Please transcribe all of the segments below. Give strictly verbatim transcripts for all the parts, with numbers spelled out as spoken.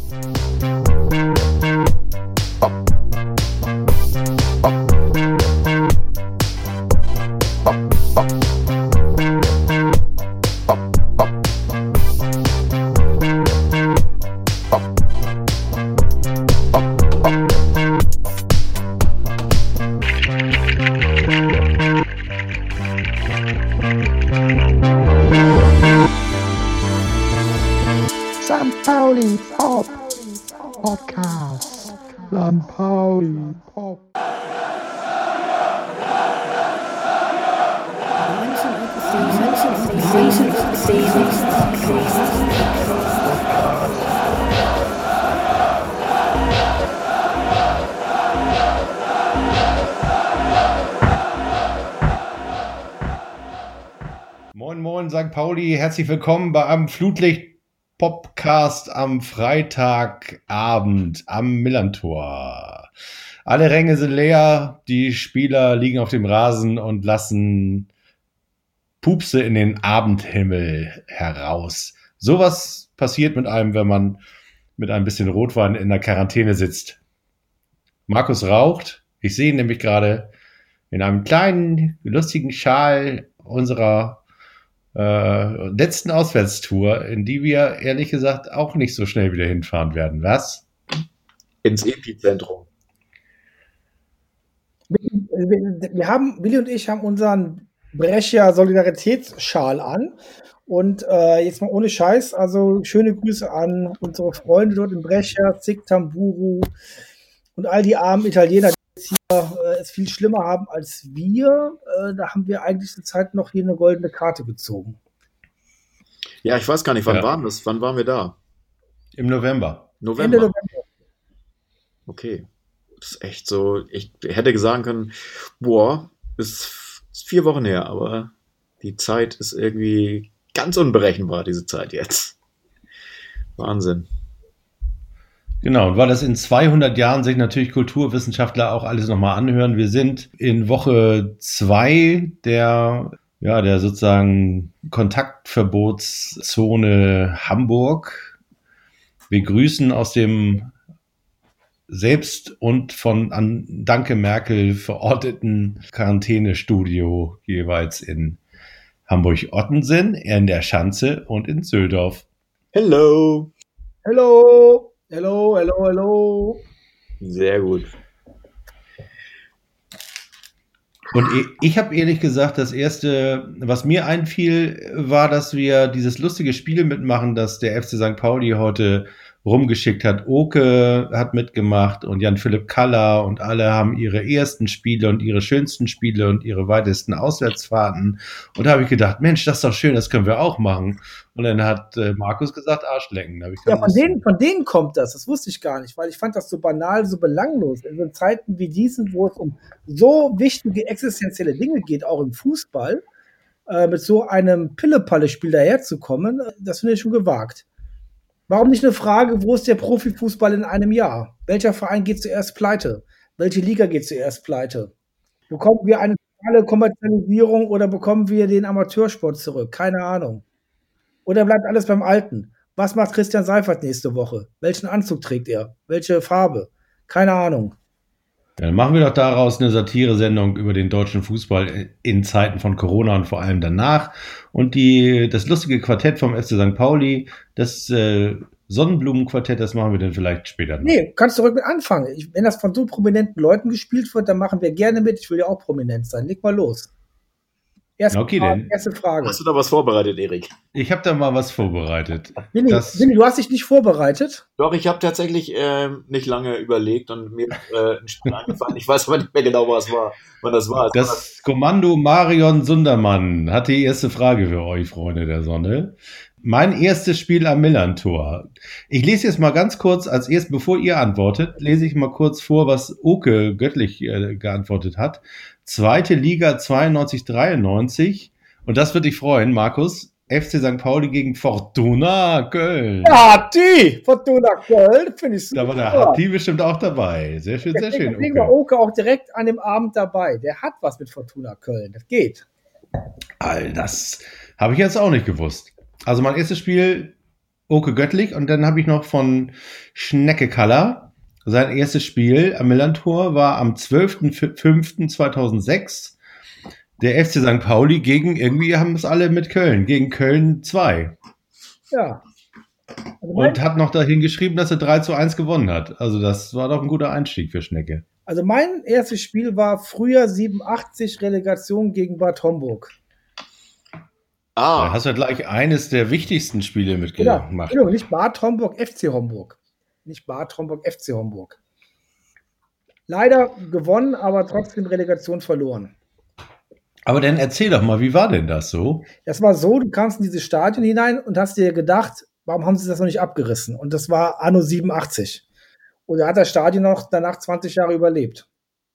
Sankt Pauli Pop Podcast. Sankt Pauli Pop. Moin Moin Sankt Pauli, herzlich willkommen bei einem Flutlicht Podcast am Freitagabend am Millantor. Alle Ränge sind leer, die Spieler liegen auf dem Rasen und lassen Pupse in den Abendhimmel heraus. Sowas passiert mit einem, wenn man mit ein bisschen Rotwein in der Quarantäne sitzt. Markus raucht, ich sehe ihn nämlich gerade in einem kleinen, lustigen Schal unserer Äh, letzten Auswärtstour, in die wir ehrlich gesagt auch nicht so schnell wieder hinfahren werden. Was? Ins Epizentrum. Wir haben, Willi und ich haben unseren Brescia Solidaritätsschal an und äh, jetzt mal ohne Scheiß, also schöne Grüße an unsere Freunde dort in Brescia, Zick Tamburu und all die armen Italiener, hier äh, es viel schlimmer haben als wir. Äh, da haben wir eigentlich zur Zeit noch hier eine goldene Karte gezogen. Ja, ich weiß gar nicht, wann Ja. waren das? Wann waren wir da? Im November. November. Ende November. Okay. Das ist echt so, ich hätte sagen können, boah, ist vier Wochen her, aber die Zeit ist irgendwie ganz unberechenbar, diese Zeit jetzt. Wahnsinn. Genau, und weil das in zweihundert Jahren sich natürlich Kulturwissenschaftler auch alles nochmal anhören. Wir sind in Woche zwei der, ja, der sozusagen Kontaktverbotszone Hamburg. Wir grüßen aus dem selbst und von an Danke Merkel verorteten Quarantänestudio jeweils in Hamburg-Ottensen, in der Schanze und in Zülldorf. Hello. Hello, hello, hello, hello. Sehr gut. Und ich, ich habe ehrlich gesagt, das Erste, was mir einfiel, war, dass wir dieses lustige Spiel mitmachen, das der F C Sankt Pauli heute rumgeschickt hat. Oke hat mitgemacht und Jan-Philipp Kaller und alle haben ihre ersten Spiele und ihre schönsten Spiele und ihre weitesten Auswärtsfahrten. Und da habe ich gedacht, Mensch, das ist doch schön, das können wir auch machen. Und dann hat äh, Markus gesagt, Arschlecken. Da hab ich Ja, gesagt, von denen, von denen kommt das. Das wusste ich gar nicht, weil ich fand das so banal, so belanglos. In so Zeiten wie diesen, wo es um so wichtige existenzielle Dinge geht, auch im Fußball, äh, mit so einem Pille-Palle-Spiel daherzukommen, äh, das finde ich schon gewagt. Warum nicht eine Frage, wo ist der Profifußball in einem Jahr? Welcher Verein geht zuerst pleite? Welche Liga geht zuerst pleite? Bekommen wir eine totale Kommerzialisierung oder bekommen wir den Amateursport zurück? Keine Ahnung. Oder bleibt alles beim Alten? Was macht Christian Seifert nächste Woche? Welchen Anzug trägt er? Welche Farbe? Keine Ahnung. dann machen wir doch daraus eine Satire-Sendung über den deutschen Fußball in Zeiten von Corona und vor allem danach. Und die, das lustige Quartett vom F C Sankt Pauli, das äh, Sonnenblumenquartett, das machen wir dann vielleicht später noch. Nee, kannst du ruhig mit anfangen. Ich, wenn das von so prominenten Leuten gespielt wird, dann machen wir gerne mit. Ich will ja auch prominent sein. Leg mal los. Erste, Okay, Frage, denn. erste Frage. Hast du da was vorbereitet, Erik? Ich habe da mal was vorbereitet. Willi, Das- Willi, du hast dich nicht vorbereitet? Doch, ich habe tatsächlich ähm, nicht lange überlegt und mir äh, ein Spiel eingefallen. Ich weiß aber nicht mehr genau, was war, wann das war. Es war Das Kommando Marion Sundermann hat die erste Frage für euch, Freunde der Sonne. Mein erstes Spiel am Millantor. Ich lese jetzt mal ganz kurz, als erst, bevor ihr antwortet, lese ich mal kurz vor, was Oke göttlich äh, geantwortet hat. Zweite Liga zweiundneunzig dreiundneunzig. Und das wird dich freuen, Markus. F C Sankt Pauli gegen Fortuna Köln. Ja, die Fortuna Köln, finde ich super. Da war der Hatti bestimmt auch dabei. Sehr schön, sehr schön. Deswegen war Oke. Oke auch direkt an dem Abend dabei. Der hat was mit Fortuna Köln. Das geht. All das habe ich jetzt auch nicht gewusst. Also mein erstes Spiel Oke Göttlich und dann habe ich noch von Schnecke Kaller. Sein erstes Spiel am Millantor war am zwölften fünften zweitausendsechs. Der F C Sankt Pauli gegen, irgendwie haben es alle mit Köln, gegen Köln zwei. Ja. Also mein, Und hat noch dahin geschrieben, dass er drei zu eins gewonnen hat. Also das war doch ein guter Einstieg für Schnecke. also mein erstes Spiel war Frühjahr siebenundachtzig, Relegation gegen Bad Homburg. Da Ah, hast du gleich eines der wichtigsten Spiele Ja, mitgemacht. Entschuldigung, nicht Bad Homburg, F C Homburg. Nicht Bad Homburg, F C Homburg. Leider gewonnen, aber trotzdem Relegation verloren. Aber dann erzähl doch mal, wie war denn das so? Das war so, du kamst in dieses Stadion hinein und hast dir gedacht, warum haben sie das noch nicht abgerissen? Und das war Anno siebenundachtzig. Und da hat das Stadion noch danach zwanzig Jahre überlebt.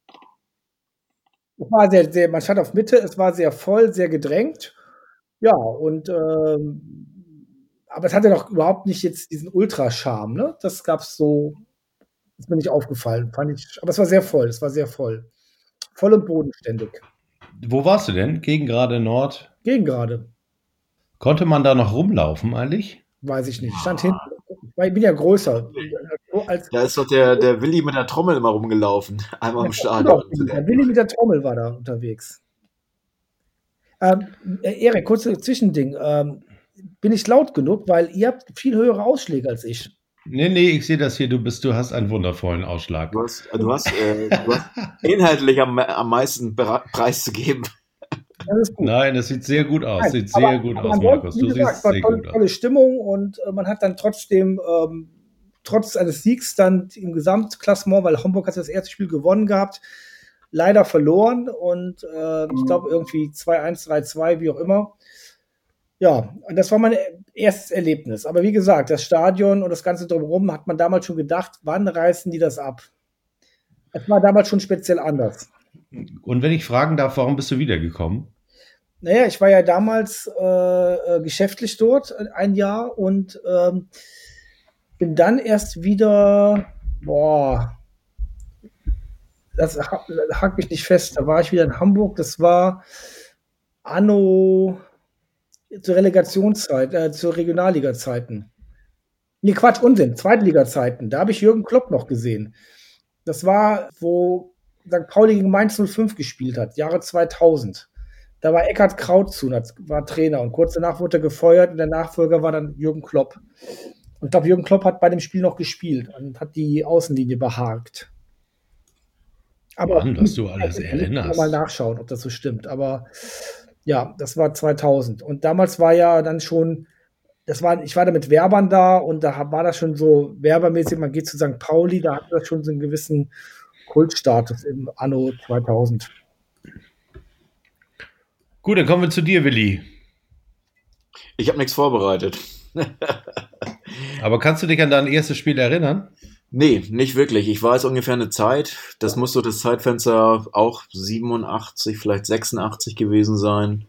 Es war sehr, sehr, man stand auf Mitte, es war sehr voll, sehr gedrängt. Ja, und ähm, aber es hatte doch überhaupt nicht jetzt diesen Ultrascharme, ne? Das gab's so, ist mir nicht aufgefallen, fand ich. Aber es war sehr voll, es war sehr voll. Voll und bodenständig. Wo warst du denn? Gegen gerade Nord? Gegen gerade, Konnte man da noch rumlaufen eigentlich? weiß ich nicht. Ich stand hinten. Ich bin ja größer. Als, da ist doch der, der Willi mit der Trommel immer rumgelaufen. Einmal im Genau, Stadion. der Willi mit der Trommel war da unterwegs. Ähm, äh, Erik, kurzes Zwischending. Ähm, bin ich laut genug, weil ihr habt viel höhere Ausschläge als ich. Nee, nee, ich sehe das hier, du bist, du hast einen wundervollen Ausschlag. Du hast, du hast, äh, du hast inhaltlich am, am meisten bere- preiszugeben. Das ist gut. Nein, das sieht sehr gut aus. Nein, Sieht aber- sehr gut aber aus, ansonsten, Markus. wie Du gesagt, siehst war sehr tolle, gut aus. tolle Stimmung und äh, man hat dann trotzdem, ähm, trotz eines Siegs dann im Gesamtklassement, weil Homburg hat das erste Spiel gewonnen gehabt, leider verloren und äh, ich glaube irgendwie zwei eins, drei zwei, wie auch immer. Ja, und das war mein erstes Erlebnis. Aber wie gesagt, das Stadion und das Ganze drumherum hat man damals schon gedacht, wann reißen die das ab? Es war damals schon speziell anders. Und wenn ich fragen darf, warum bist du wiedergekommen? Naja, ich war ja damals äh, äh, geschäftlich dort äh, ein Jahr und ähm, bin dann erst wieder, boah, das ha- hakt mich nicht fest, da war ich wieder in Hamburg, das war anno zur Relegationszeit, äh, zur Regionalliga-Zeiten. Nee, Quatsch, Unsinn, Zweitliga-Zeiten. Da habe ich Jürgen Klopp noch gesehen. Das war, wo Sankt Pauli gegen Mainz null fünf gespielt hat, Jahre zweitausend. Da war Eckhard Krautzun, war Trainer und kurz danach wurde er gefeuert und der Nachfolger war dann Jürgen Klopp. Und ich glaube, Jürgen Klopp hat bei dem Spiel noch gespielt und hat die Außenlinie beharkt. Aber Mann, was du alles ich erinnerst. muss mal nachschauen, ob das so stimmt. Aber ja, das war zweitausend. Und damals war ja dann schon, das war, ich war da mit Werbern da und da war das schon so werbermäßig, man geht zu Sankt Pauli, da hat das schon so einen gewissen Kultstatus im Anno zweitausend. Gut, dann kommen wir zu dir, Willi. Ich habe nichts vorbereitet. Aber kannst du dich an dein erstes Spiel erinnern? Nee, nicht wirklich. Ich weiß ungefähr eine Zeit. Das muss so das Zeitfenster auch siebenundachtzig, vielleicht sechsundachtzig gewesen sein.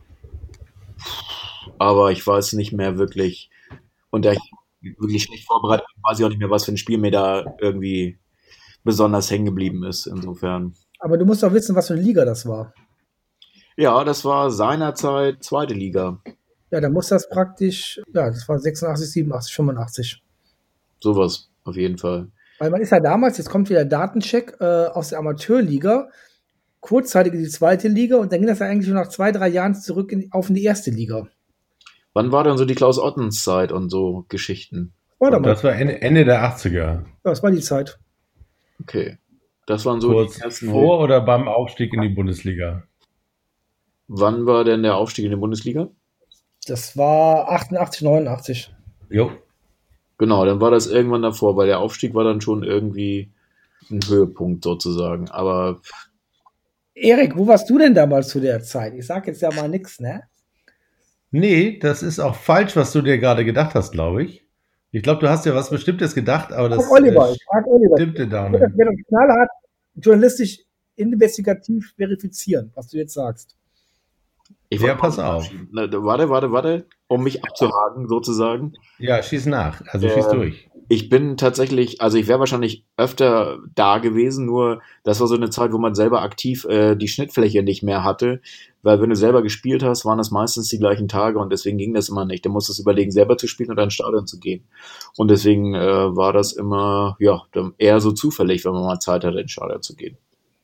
Aber ich weiß nicht mehr wirklich. Und da ich wirklich schlecht vorbereitet bin, weiß ich auch nicht mehr, was für ein Spiel mir da irgendwie besonders hängen geblieben ist. Insofern. Aber du musst doch wissen, was für eine Liga das war. Ja, das war seinerzeit zweite Liga. Ja, dann muss das praktisch, ja, das war sechsundachtzig, siebenundachtzig, fünfundachtzig. Sowas, auf jeden Fall. Weil man ist ja damals, jetzt kommt wieder Datencheck äh, aus der Amateurliga, kurzzeitig in die zweite Liga und dann ging das ja eigentlich nur nach zwei, drei Jahren zurück in, auf in die erste Liga. Wann war denn so die Klaus-Ottens-Zeit und so Geschichten? War doch mal. Das war Ende, Ende der achtziger. Ja, das war die Zeit. Okay. Das waren so Kurz die ersten. vor oder beim Aufstieg in die Bundesliga? Wann war denn der Aufstieg in die Bundesliga? Das war achtundachtzig, neunundachtzig. Jo. Genau, dann war das irgendwann davor, weil der Aufstieg war dann schon irgendwie ein Höhepunkt sozusagen. Aber Erik, wo warst du denn damals zu der Zeit? Ich sag jetzt ja mal nix, ne? Nee, das ist auch falsch, was du dir gerade gedacht hast, glaube ich. Ich glaube, du hast dir was Bestimmtes gedacht, aber das Frag Oliver, äh, ich frag Oliver. stimmte da Ich will das nicht. gerne knallhart journalistisch investigativ verifizieren, was du jetzt sagst. ich Ja, wollte pass mal- auf. Na, Warte, warte, warte, um mich abzuhaken sozusagen. Ja, schieß nach. Also Äh, schieß durch. Ich bin tatsächlich, also ich wäre wahrscheinlich öfter da gewesen, nur das war so eine Zeit, wo man selber aktiv äh, die Schnittfläche nicht mehr hatte, weil wenn du selber gespielt hast, waren das meistens die gleichen Tage und deswegen ging das immer nicht. Du musstest überlegen, selber zu spielen oder ins Stadion zu gehen. Und deswegen äh, war das immer ja eher so zufällig, wenn man mal Zeit hatte, ins Stadion zu gehen.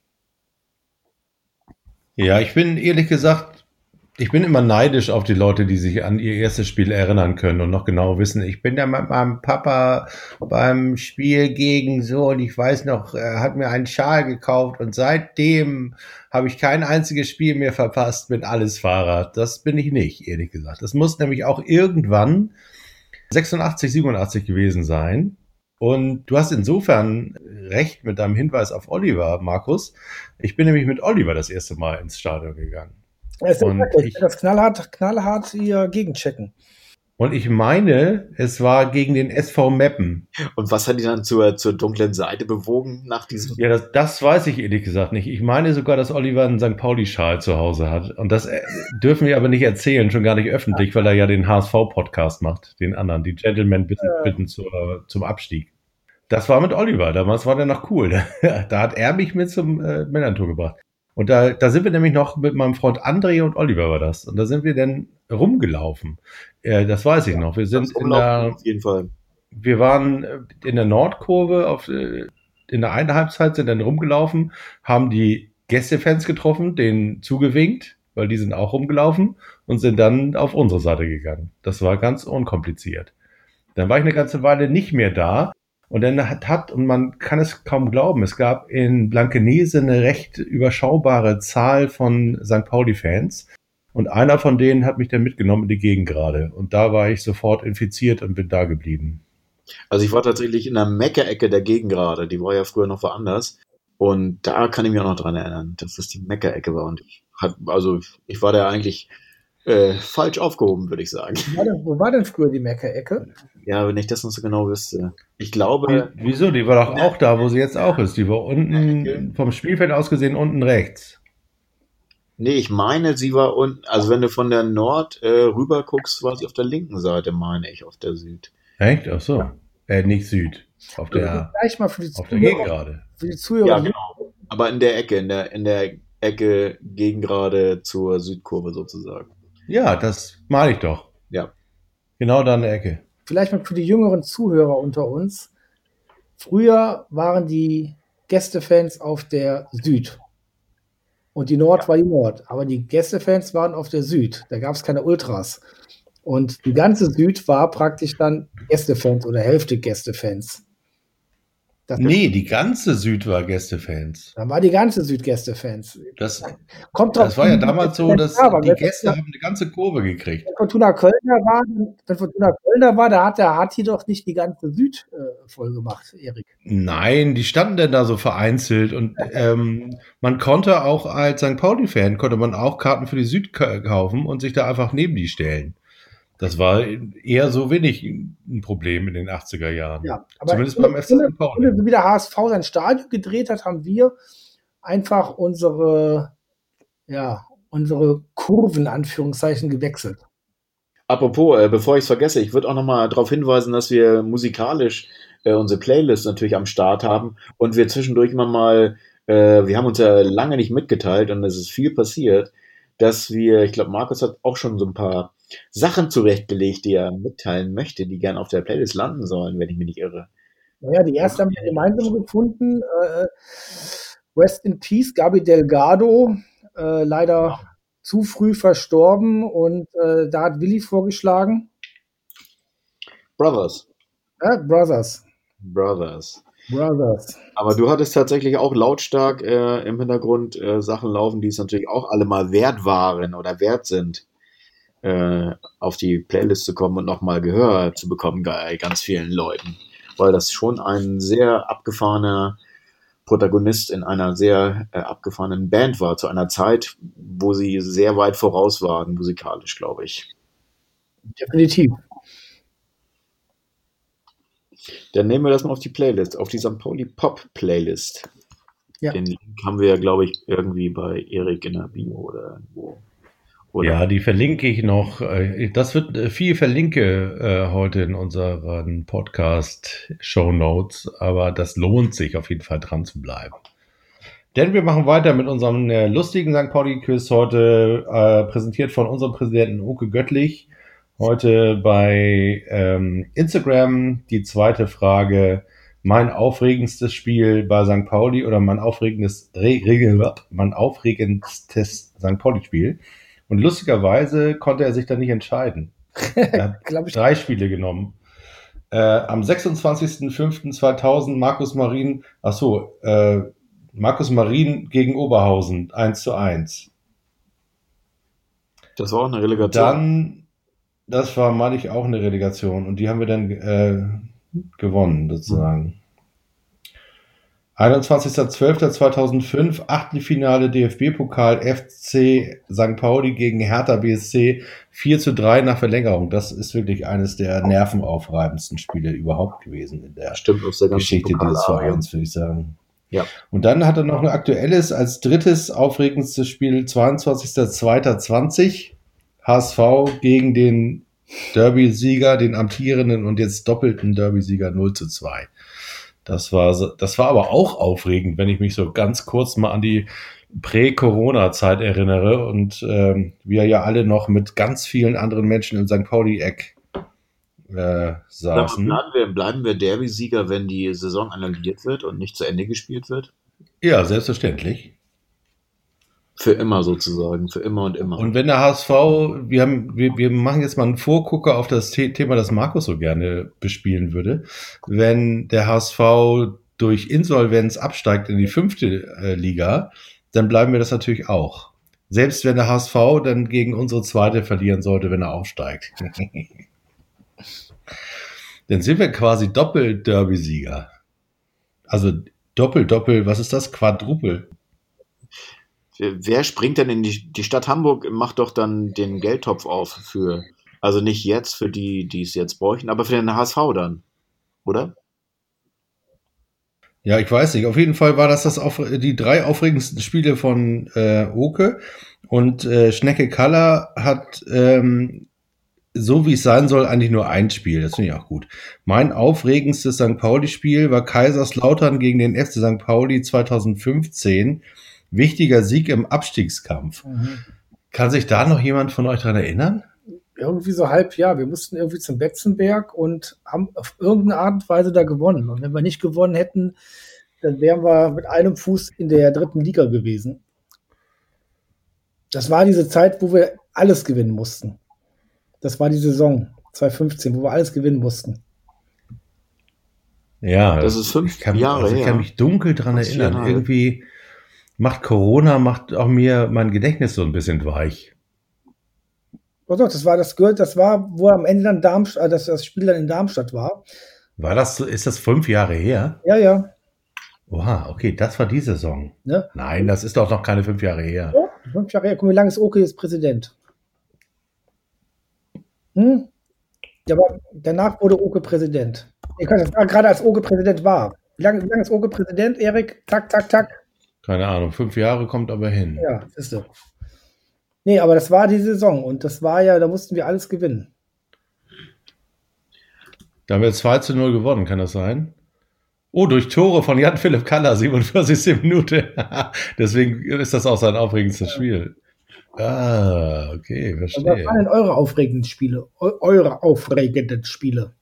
Ja, ich bin ehrlich gesagt, ich bin immer neidisch auf die Leute, die sich an ihr erstes Spiel erinnern können und noch genau wissen, ich bin ja mit meinem Papa beim Spiel gegen so und ich weiß noch, er hat mir einen Schal gekauft und seitdem habe ich kein einziges Spiel mehr verpasst mit alles Fahrrad. Das bin ich nicht, ehrlich gesagt. Das muss nämlich auch irgendwann sechsundachtzig, siebenundachtzig gewesen sein. Und du hast insofern recht mit deinem Hinweis auf Oliver, Markus. Ich bin nämlich mit Oliver das erste Mal ins Stadion gegangen. Es ist Und wirklich, ich- das knallhart, knallhart hier gegenchecken. Und ich meine, es war gegen den S V Meppen. Und was hat die dann zur, zur dunklen Seite bewogen nach diesem? Ja, das, das weiß ich ehrlich gesagt nicht. Ich meine sogar, dass Oliver einen Sankt Pauli-Schal zu Hause hat. Und das äh, dürfen wir aber nicht erzählen, schon gar nicht öffentlich, weil er ja den H S V-Podcast macht, den anderen, die Gentlemen bitten, bitten zur, zum Abstieg. Das war mit Oliver, damals war der noch cool. Da hat er mich mit zum äh, Millantor gebracht. Und da, da sind wir nämlich noch mit meinem Freund André und Oliver war das. Und da sind wir dann rumgelaufen. Äh, das weiß ich noch. Wir sind Das in Umlaufen der, auf jeden Fall. wir waren äh, in der Nordkurve auf, äh, in der einen Halbzeit, sind dann rumgelaufen, haben die Gästefans getroffen, denen zugewinkt, weil die sind auch rumgelaufen und sind dann auf unsere Seite gegangen. Das war ganz unkompliziert. Dann war ich eine ganze Weile nicht mehr da. Und dann hat, hat, und man kann es kaum glauben, es gab in Blankenese eine recht überschaubare Zahl von Sankt Pauli-Fans. Und einer von denen hat mich dann mitgenommen in die Gegend gerade. Und da war ich sofort infiziert und bin da geblieben. Also ich war tatsächlich in der Meckerecke der Gegengrade, die war ja früher noch woanders. Und da kann ich mich auch noch dran erinnern, dass das die Meckerecke war. Und ich hat, also ich war da eigentlich äh, falsch aufgehoben, würde ich sagen. Wo war denn, wo war denn früher die Meckerecke? Ja, wenn ich das noch so genau wüsste. Ich glaube, Die, wieso? Die war doch auch da, wo sie jetzt auch ist. Die war unten, vom Spielfeld aus gesehen, unten rechts. nee, ich meine, sie war unten, also wenn du von der Nord äh, rüber guckst, war sie auf der linken Seite, meine ich, auf der Süd. Echt? Ach so. Äh, nicht Süd. Auf Also der, gleich mal für die auf der Zuhörer, Gegengrade. für die Zuhörer Ja, genau. Aber in der Ecke, in der, in der Ecke Gegengrade zur Südkurve sozusagen. Ja, das meine ich doch. Ja. Genau da in der Ecke. vielleicht mal für die jüngeren Zuhörer unter uns. Früher waren die Gästefans auf der Süd. Und die Nord war die Nord. Aber die Gästefans waren auf der Süd. Da gab es keine Ultras. Und die ganze Süd war praktisch dann Gästefans oder Hälfte Gästefans. Das Nee, die ganze Süd war Gästefans. Dann war die ganze Süd Gästefans. Das, Kommt drauf das war ja an, damals so, wenn dass da war. die Wenn Gäste haben eine ganze Kurve gekriegt. Fortuna Köln da war, wenn Fortuna Köln da war, da hat der Hati doch nicht die ganze Süd äh, voll gemacht, Erik. Nein, die standen denn da so vereinzelt und ähm, man konnte auch als Sankt Pauli-Fan, konnte man auch Karten für die Süd ka- kaufen und sich da einfach neben die stellen. Das war eher so wenig ein Problem in den achtziger Jahren. Ja, aber Zumindest beim F C Sankt Pauli. Wie der H S V sein Stadion gedreht hat, haben wir einfach unsere, ja, unsere Kurven, Anführungszeichen, gewechselt. Apropos, äh, bevor ich es vergesse, ich würde auch nochmal darauf hinweisen, dass wir musikalisch äh, unsere Playlist natürlich am Start haben und wir zwischendurch immer mal, äh, wir haben uns ja lange nicht mitgeteilt und es ist viel passiert, dass wir, ich glaube, Markus hat auch schon so ein paar Sachen zurechtgelegt, die er mitteilen möchte, die gern auf der Playlist landen sollen, wenn ich mich nicht irre. Naja, die erste haben wir gemeinsam gefunden. Äh, Rest in Peace, Gabi Delgado, äh, leider zu früh verstorben und äh, da hat Willi vorgeschlagen, Brothers. äh, Brothers. Brothers. Brothers. Aber du hattest tatsächlich auch lautstark äh, im Hintergrund äh, Sachen laufen, die es natürlich auch alle mal wert waren oder wert sind, äh, auf die Playlist zu kommen und nochmal Gehör zu bekommen bei ganz vielen Leuten. Weil das schon ein sehr abgefahrener Protagonist in einer sehr äh, abgefahrenen Band war, zu einer Zeit, wo sie sehr weit voraus waren, musikalisch, glaube ich. Definitiv. Dann nehmen wir das mal auf die Playlist, auf die Sankt Pauli Pop Playlist. Ja. Den Link haben wir ja, glaube ich, irgendwie bei Erik in der Bio oder wo. Oder? Ja, die verlinke ich noch. Äh, Das wird äh, viel verlinke äh, heute in unseren Podcast-Show Notes, aber das lohnt sich auf jeden Fall dran zu bleiben. Denn wir machen weiter mit unserem äh, lustigen Sankt Pauli-Quiz heute, äh, präsentiert von unserem Präsidenten Oke Göttlich. Heute bei ähm, Instagram die zweite Frage: Mein aufregendstes Spiel bei Sankt Pauli oder mein aufregendes, Re Re mein aufregendstes Sankt Pauli-Spiel. Und lustigerweise konnte er sich da nicht entscheiden. Er hat Glaub ich. drei Spiele genommen. Äh, am sechsundzwanzigsten fünften zweitausend Markus Marin, ach so, äh, Markus Marin gegen Oberhausen, eins zu eins. Das war auch eine Relegation. Dann, das war, meine ich, auch eine Relegation. Und die haben wir dann äh, gewonnen, sozusagen. einundzwanzigster zwölfter zweitausendfünf, Achtelfinale D F B-Pokal, F C Sankt Pauli gegen Hertha B S C, vier zu drei nach Verlängerung. Das ist wirklich eines der nervenaufreibendsten Spiele überhaupt gewesen in der Stimmt, aus der ganzen Geschichte dieses Pokal- Vereins, würde ich sagen. Ja. Und dann hat er noch ein aktuelles, als drittes aufregendstes Spiel, zweiundzwanzigster zweiter zwanzig, H S V gegen den Derby-Sieger, den amtierenden und jetzt doppelten Derby-Sieger null zu zwei. Das war, so- das war aber auch aufregend, wenn ich mich so ganz kurz mal an die Prä-Corona-Zeit erinnere und ähm, wir ja alle noch mit ganz vielen anderen Menschen im Sankt Pauli-Eck äh, Sag mal, saßen. Bleiben wir, bleiben wir Derby-Sieger, wenn die Saison annulliert wird und nicht zu Ende gespielt wird? Ja, selbstverständlich. Für immer sozusagen, für immer und immer. Und wenn der H S V, wir haben, wir, wir machen jetzt mal einen Vorgucker auf das The- Thema, das Markus so gerne bespielen würde. Wenn der H S V durch Insolvenz absteigt in die fünfte äh, Liga, dann bleiben wir das natürlich auch. Selbst wenn der H S V dann gegen unsere zweite verlieren sollte, wenn er aufsteigt. Dann sind wir quasi Doppel-Derby-Sieger. Also Doppel, Doppel, was ist das? Quadrupel. Wer, wer springt denn in die, die Stadt Hamburg, macht doch dann den Geldtopf auf für, also nicht jetzt für die, die es jetzt bräuchten, aber für den H S V dann, oder? Ja, ich weiß nicht. Auf jeden Fall war das, das auf, die drei aufregendsten Spiele von äh, Oke. Und äh, Schnecke Kaller hat, ähm, so wie es sein soll, eigentlich nur ein Spiel. Das finde ich auch gut. Mein aufregendstes Sankt Pauli-Spiel war Kaiserslautern gegen den F C Sankt Pauli zweitausendfünfzehn. Wichtiger Sieg im Abstiegskampf. Mhm. Kann sich da noch jemand von euch dran erinnern? Irgendwie so halb, ja. Wir mussten irgendwie zum Betzenberg und haben auf irgendeine Art und Weise da gewonnen. Und wenn wir nicht gewonnen hätten, dann wären wir mit einem Fuß in der dritten Liga gewesen. Das war diese Zeit, wo wir alles gewinnen mussten. Das war die Saison zweitausendfünfzehn, wo wir alles gewinnen mussten. Ja, Das ist fünf ich kann, Jahre also ich her. kann mich dunkel dran Fast erinnern. viereinhalb. Irgendwie macht Corona, macht auch mir mein Gedächtnis so ein bisschen weich. Oh doch, das war das gehört, das war, wo am Ende dann Darmstadt, äh, das, das Spiel dann in Darmstadt war. War das so, ist das fünf Jahre her? Ja, ja. Oha, okay, das war die Saison. Ne? Nein, das ist doch noch keine fünf Jahre her. Oh, fünf Jahre her. Guck mal, wie lange ist Oke jetzt Präsident? Hm? Ja, aber danach wurde Oke Präsident. Ich kann das war gerade als Oke Präsident war. Wie lange, wie lange ist Oke Präsident, Erik? Tak, tak, tak. Keine Ahnung, fünf Jahre kommt aber hin. Ja, ist so. Nee, aber das war die Saison und das war ja, da mussten wir alles gewinnen. Da haben wir zwei zu null gewonnen, kann das sein? Oh, durch Tore von Jan-Philipp Kaller, siebenundvierzigste Minute. Deswegen ist das auch sein aufregendstes Spiel. Ah, okay, Was verstehe. waren denn eure aufregenden Spiele? Eu eure aufregenden Spiele?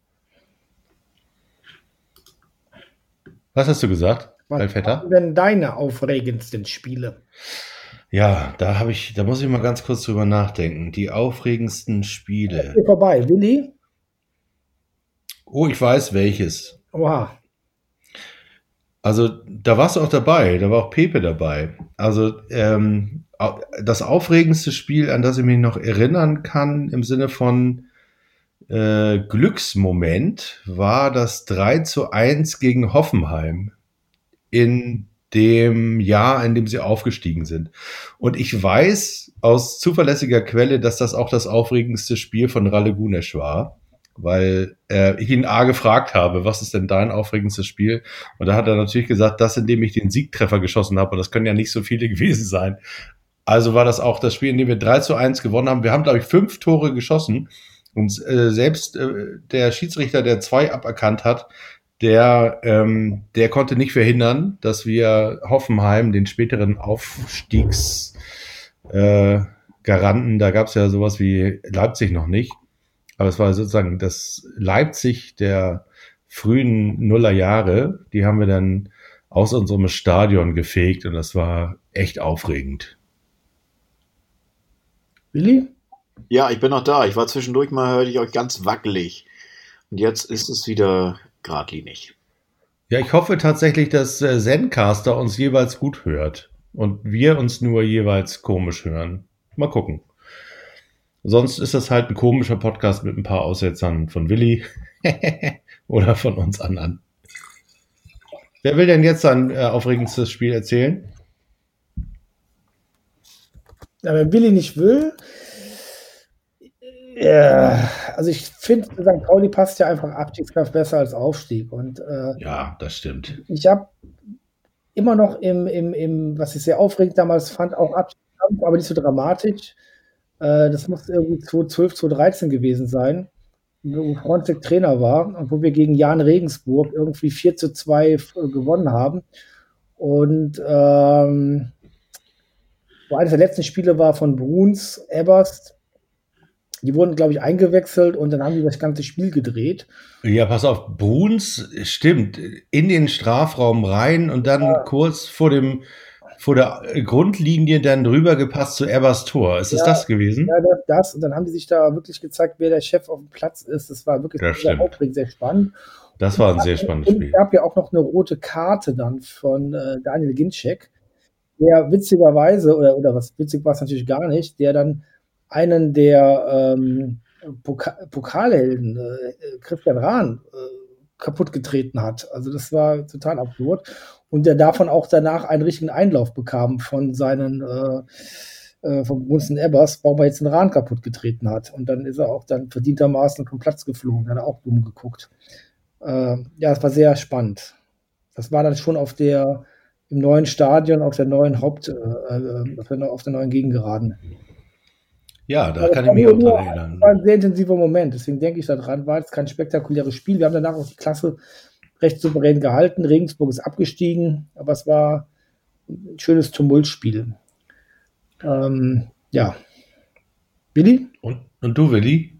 Was hast du gesagt, Was Alfetta? waren denn deine aufregendsten Spiele? Ja, da habe ich, da muss ich mal ganz kurz drüber nachdenken. Die aufregendsten Spiele. Hier vorbei. Willi? Oh, ich weiß welches. Oha. Also, da warst du auch dabei, da war auch Pepe dabei. Also, ähm, au- das aufregendste Spiel, an das ich mich noch erinnern kann, im Sinne von äh, Glücksmoment, war das drei zu eins gegen Hoffenheim in dem Jahr, in dem sie aufgestiegen sind. Und ich weiß aus zuverlässiger Quelle, dass das auch das aufregendste Spiel von Ralle Gunesch war, weil äh, ich ihn A gefragt habe, was ist denn dein aufregendstes Spiel? Und da hat er natürlich gesagt, das, in dem ich den Siegtreffer geschossen habe. Und das können ja nicht so viele gewesen sein. Also war das auch das Spiel, in dem wir drei zu eins gewonnen haben. Wir haben, glaube ich, fünf Tore geschossen. Und äh, selbst äh, der Schiedsrichter, der zwei aberkannt hat, der, ähm, der konnte nicht verhindern, dass wir Hoffenheim, den späteren Aufstiegsgaranten, äh, Garanten, da gab es ja sowas wie Leipzig noch nicht, aber es war sozusagen das Leipzig der frühen Nullerjahre, die haben wir dann aus unserem Stadion gefegt und das war echt aufregend. Willi? Ja, ich bin noch da. Ich war zwischendurch mal, hörte ich euch ganz wackelig. Und jetzt ist es wieder geradlinig. Ja, ich hoffe tatsächlich, dass äh, Zencaster uns jeweils gut hört und wir uns nur jeweils komisch hören. Mal gucken. Sonst ist das halt ein komischer Podcast mit ein paar Aussetzern von Willi oder von uns anderen. Wer will denn jetzt sein äh, aufregendstes Spiel erzählen? Ja, wenn Willi nicht will, ja, also ich finde, Sankt Pauli passt ja einfach Abstiegskampf besser als Aufstieg. Und äh, Ja, das stimmt. ich habe immer noch im, im, im, was ich sehr aufregend damals fand, auch Abstiegskampf, aber nicht so dramatisch. Äh, das muss irgendwie zweitausendzwölf, zweitausenddreizehn gewesen sein, wo Fronzek Trainer war und wo wir gegen Jan Regensburg irgendwie vier zu zwei f- gewonnen haben. Und ähm, wo eines der letzten Spiele war von Bruns, Eberst. Die wurden, glaube ich, eingewechselt und dann haben die das ganze Spiel gedreht. Ja, pass auf, Bruns, stimmt, in den Strafraum rein und dann kurz vor dem vor der Grundlinie dann drüber gepasst zu Ebbers Tor. Ist es Ja, das gewesen? Ja, das, das. Und dann haben die sich da wirklich gezeigt, wer der Chef auf dem Platz ist. Das war wirklich Das sehr stimmt. aufregend, sehr spannend. Das war ein sehr spannendes Und es Spiel. gab ja auch noch eine rote Karte dann von äh, Daniel Ginczek, der witzigerweise, oder, oder was witzig war es natürlich gar nicht, der dann einen der ähm, Poka Pokalhelden, äh, Christian Rahn, äh, kaputt getreten hat. Also das war total absurd. Und der davon auch danach einen richtigen Einlauf bekam von seinen äh, äh, vom Brunson Ebbers, warum er jetzt den Rahn kaputt getreten hat. Und dann ist er auch dann verdientermaßen vom Platz geflogen, hat er auch dumm geguckt. Äh, ja, es war sehr spannend. Das war dann schon auf der im neuen Stadion, auf der neuen Haupt, äh, äh, auf, der, auf der neuen Gegengeraden. Ja, da Aber kann das ich mich war auch nur- dran Das erinnern. war ein sehr intensiver Moment, deswegen denke ich da dran, war jetzt kein spektakuläres Spiel. Wir haben danach auch die Klasse recht souverän gehalten. Regensburg ist abgestiegen, aber es war ein schönes Tumultspiel. Ähm, ja. Willi? Und, und du, Willi?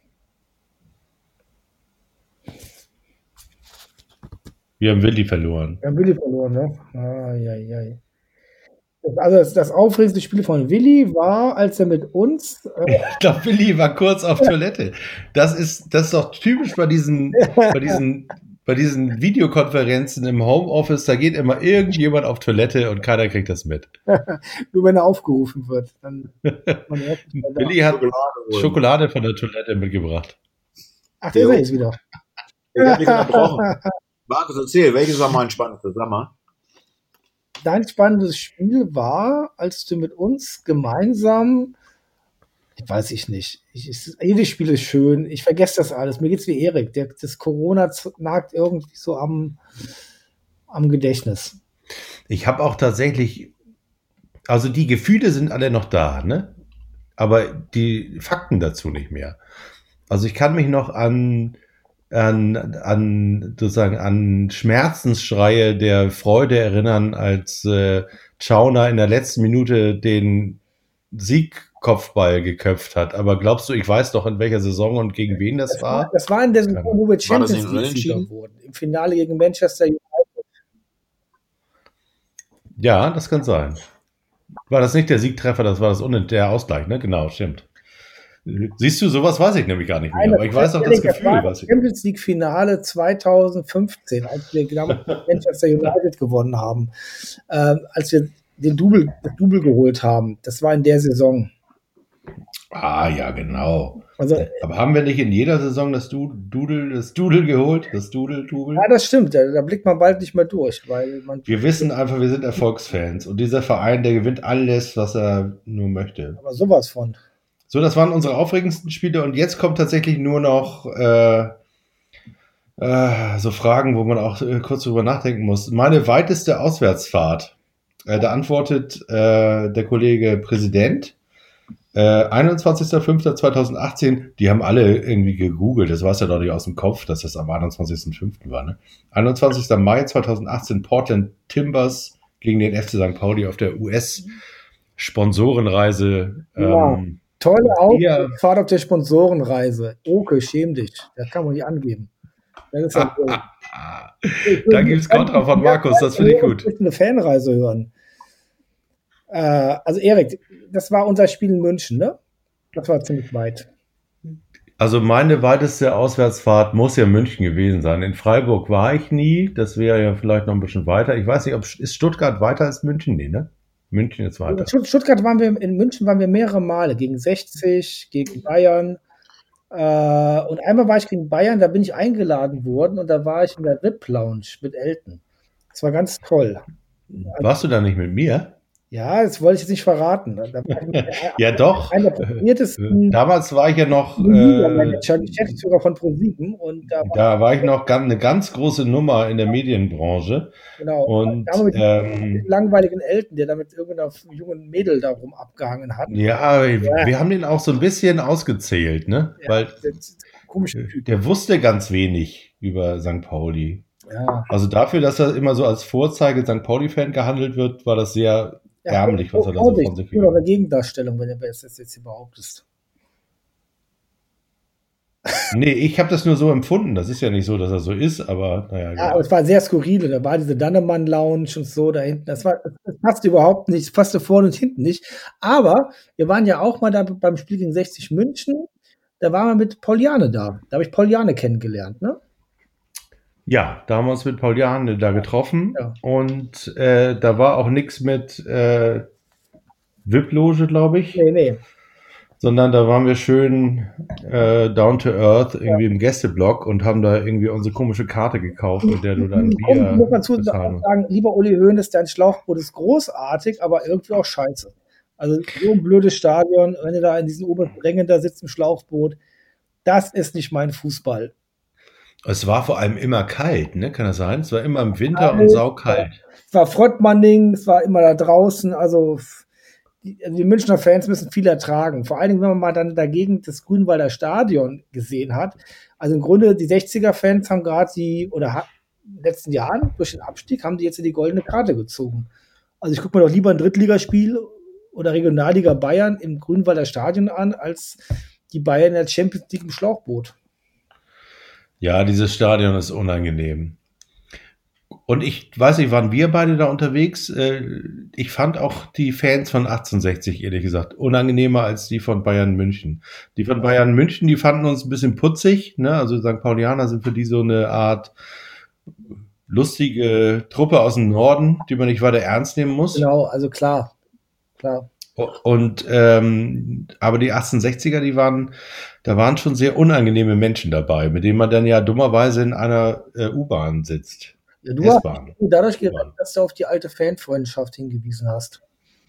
Wir haben Willi verloren. Wir haben Willi verloren, ne? Ai, ai, ai. Also das, das aufregendste Spiel von Willi war, als er mit uns äh, Ich glaube, Willi war kurz auf Toilette. Das ist, das ist doch typisch bei diesen, bei diesen, bei diesen Videokonferenzen im Homeoffice. Da geht immer irgendjemand auf Toilette und keiner kriegt das mit. nur wenn er aufgerufen wird, dann ist man direkt nicht mehr da. Willi hat holen. Schokolade von der Toilette mitgebracht. Ach, der ist er jetzt wieder. Ich hab dich unterbrochen. Markus, erzähl, welches war mein spannendstes? Sag mal. Dein spannendes Spiel war, als du mit uns gemeinsam, ich weiß ich nicht, ich, ich, jedes Spiel ist schön, ich vergesse das alles, mir geht's wie Erik, der, das Corona z- nagt irgendwie so am, am Gedächtnis. Ich habe auch tatsächlich, also die Gefühle sind alle noch da, ne? Aber die Fakten dazu nicht mehr. Also ich kann mich noch an an, an sozusagen an Schmerzensschreie der Freude erinnern, als äh, Schauner in der letzten Minute den Siegkopfball geköpft hat. Aber glaubst du, ich weiß doch, in welcher Saison und gegen wen das, Das war, war? das war in der Keine Saison, wo wir War das Champions nicht League-Sieger unentschieden? wurden, im Finale gegen Manchester United. Ja, das kann sein. War das nicht der Siegtreffer, das war das Un der Ausgleich, ne? Genau, stimmt. Siehst du, sowas weiß ich nämlich gar nicht mehr. Aber ich weiß auch das Gefühl, war was das ich. Champions League Finale zweitausendfünfzehn, als wir genau mit Manchester United gewonnen haben, ähm, als wir den Double, das Double geholt haben. Das war in der Saison. Ah, ja, genau. Also, Aber haben wir nicht in jeder Saison das Du- Dudel, das Dudel geholt? Das Dudel, Dudel? ja, das stimmt. Da, da blickt man bald nicht mehr durch, weil man. Wir wissen einfach, wir sind Erfolgsfans. Und dieser Verein, der gewinnt alles, was er nur möchte. Aber sowas von. So, das waren unsere aufregendsten Spiele. Und jetzt kommt tatsächlich nur noch äh, äh, so Fragen, wo man auch äh, kurz drüber nachdenken muss. Meine weiteste Auswärtsfahrt. Äh, da antwortet äh, der Kollege Präsident. Äh, einundzwanzigster fünfter zweitausendachtzehn, die haben alle irgendwie gegoogelt, das weiß ja doch nicht aus dem Kopf, dass das am einundzwanzigster fünfter war, ne? einundzwanzigster Mai zweitausendachtzehn, Portland Timbers gegen den F C Sankt Pauli auf der U S-Sponsorenreise. Wow. Ähm, Tolle hier- Fahrt auf der Sponsorenreise. Oke, schäm dich. Das kann man nicht angeben. Das ist ja ah, ah, ah. Da gibt's Kontra von Markus, das finde ich gut. Ich möchte eine Fanreise hören. Äh, also Erik, das war unser Spiel in München, ne? Das war ziemlich weit. Also meine weiteste Auswärtsfahrt muss ja München gewesen sein. In Freiburg war ich nie, das wäre ja vielleicht noch ein bisschen weiter. Ich weiß nicht, ob ist Stuttgart weiter als München? Nee, ne? München ist weiter. In Stuttgart waren wir, in München waren wir mehrere Male, gegen sechzig, gegen Bayern. Äh, und einmal war ich gegen Bayern, da bin ich eingeladen worden und da war ich in der V I P-Lounge mit Elton. Das war ganz toll. Warst du da nicht mit mir? Ja, das wollte ich jetzt nicht verraten. Da war ich mit Ja, doch. einer der profiliertesten Damals war ich ja noch, äh, Manager, Geschäftsführer von ProSieben und da war, da war ich noch ganz, eine ganz große Nummer in der Medienbranche. genau, Und da haben wir mit ähm, dem langweiligen Elton, der da mit irgendeiner jungen Mädel da rum abgehangen hat. ja, wir haben den auch so ein bisschen ausgezählt, ne? Ja, Weil das ist ein komischer Typ. der wusste ganz wenig über Sankt Pauli. Ja. Also dafür, dass er immer so als Vorzeige Sankt Pauli-Fan gehandelt wird, war das sehr Ja, ärmlich, was er da so von sich Nur noch eine gegeben Gegendarstellung, wenn du das jetzt hier behauptest. hat. Nee, ich habe das nur so empfunden. Das ist ja nicht so, dass er so ist, aber naja. Ja, genau. aber es war sehr skurril. Da war diese Dannemann-Lounge und so da hinten. Das, war, das passte überhaupt nicht. Das passte vorne und hinten nicht. Aber wir waren ja auch mal da beim Spiel gegen sechzig München. Da waren wir mit Pauliane da. Da habe ich Pauliane kennengelernt, ne? Ja, da haben wir uns mit Paul Jahn da getroffen Ja. und äh, da war auch nichts mit äh, V I P-Loge, glaube ich, Nee, nee. sondern da waren wir schön äh, down to earth irgendwie im Gästeblock und haben da irgendwie unsere komische Karte gekauft, mit der du dann Komm, Bier muss man zu bezahlen musst. sagen, lieber Uli Hoeneß, dein Schlauchboot ist großartig, aber irgendwie auch scheiße. Also so ein blödes Stadion, wenn du da in diesen oberen Rängen da sitzt im Schlauchboot, das ist nicht mein Fußball. Es war vor allem immer kalt, ne? Kann das sein? Es war immer im Winter Kalt, und saukalt. Es war Frottmanning, es war immer da draußen, also die, also die Münchner Fans müssen viel ertragen. Vor allen Dingen, wenn man mal dann dagegen das Grünwalder Stadion gesehen hat. Also im Grunde, die sechziger-Fans haben gerade die, oder ha- in den letzten Jahren, durch den Abstieg, haben die jetzt in die goldene Karte gezogen. Also ich gucke mir doch lieber ein Drittligaspiel oder Regionalliga Bayern im Grünwalder Stadion an, als die Bayern in der Champions League im Schlauchboot. Ja, dieses Stadion ist unangenehm. Und ich weiß nicht, waren wir beide da unterwegs? Äh, Ich fand auch die Fans von achtzehnhundertsechzig, ehrlich gesagt, unangenehmer als die von Bayern München. Die von Bayern München, die fanden uns ein bisschen putzig, ne? Also Sankt Paulianer sind für die so eine Art lustige Truppe aus dem Norden, die man nicht weiter ernst nehmen muss. Genau, also klar, klar. Und ähm, aber die achtzehnhundertsechziger, die waren, da waren schon sehr unangenehme Menschen dabei, mit denen man dann ja dummerweise in einer äh, U-Bahn sitzt. Ja, du hast S-Bahn. dadurch gerettet, dass du auf die alte Fanfreundschaft hingewiesen hast.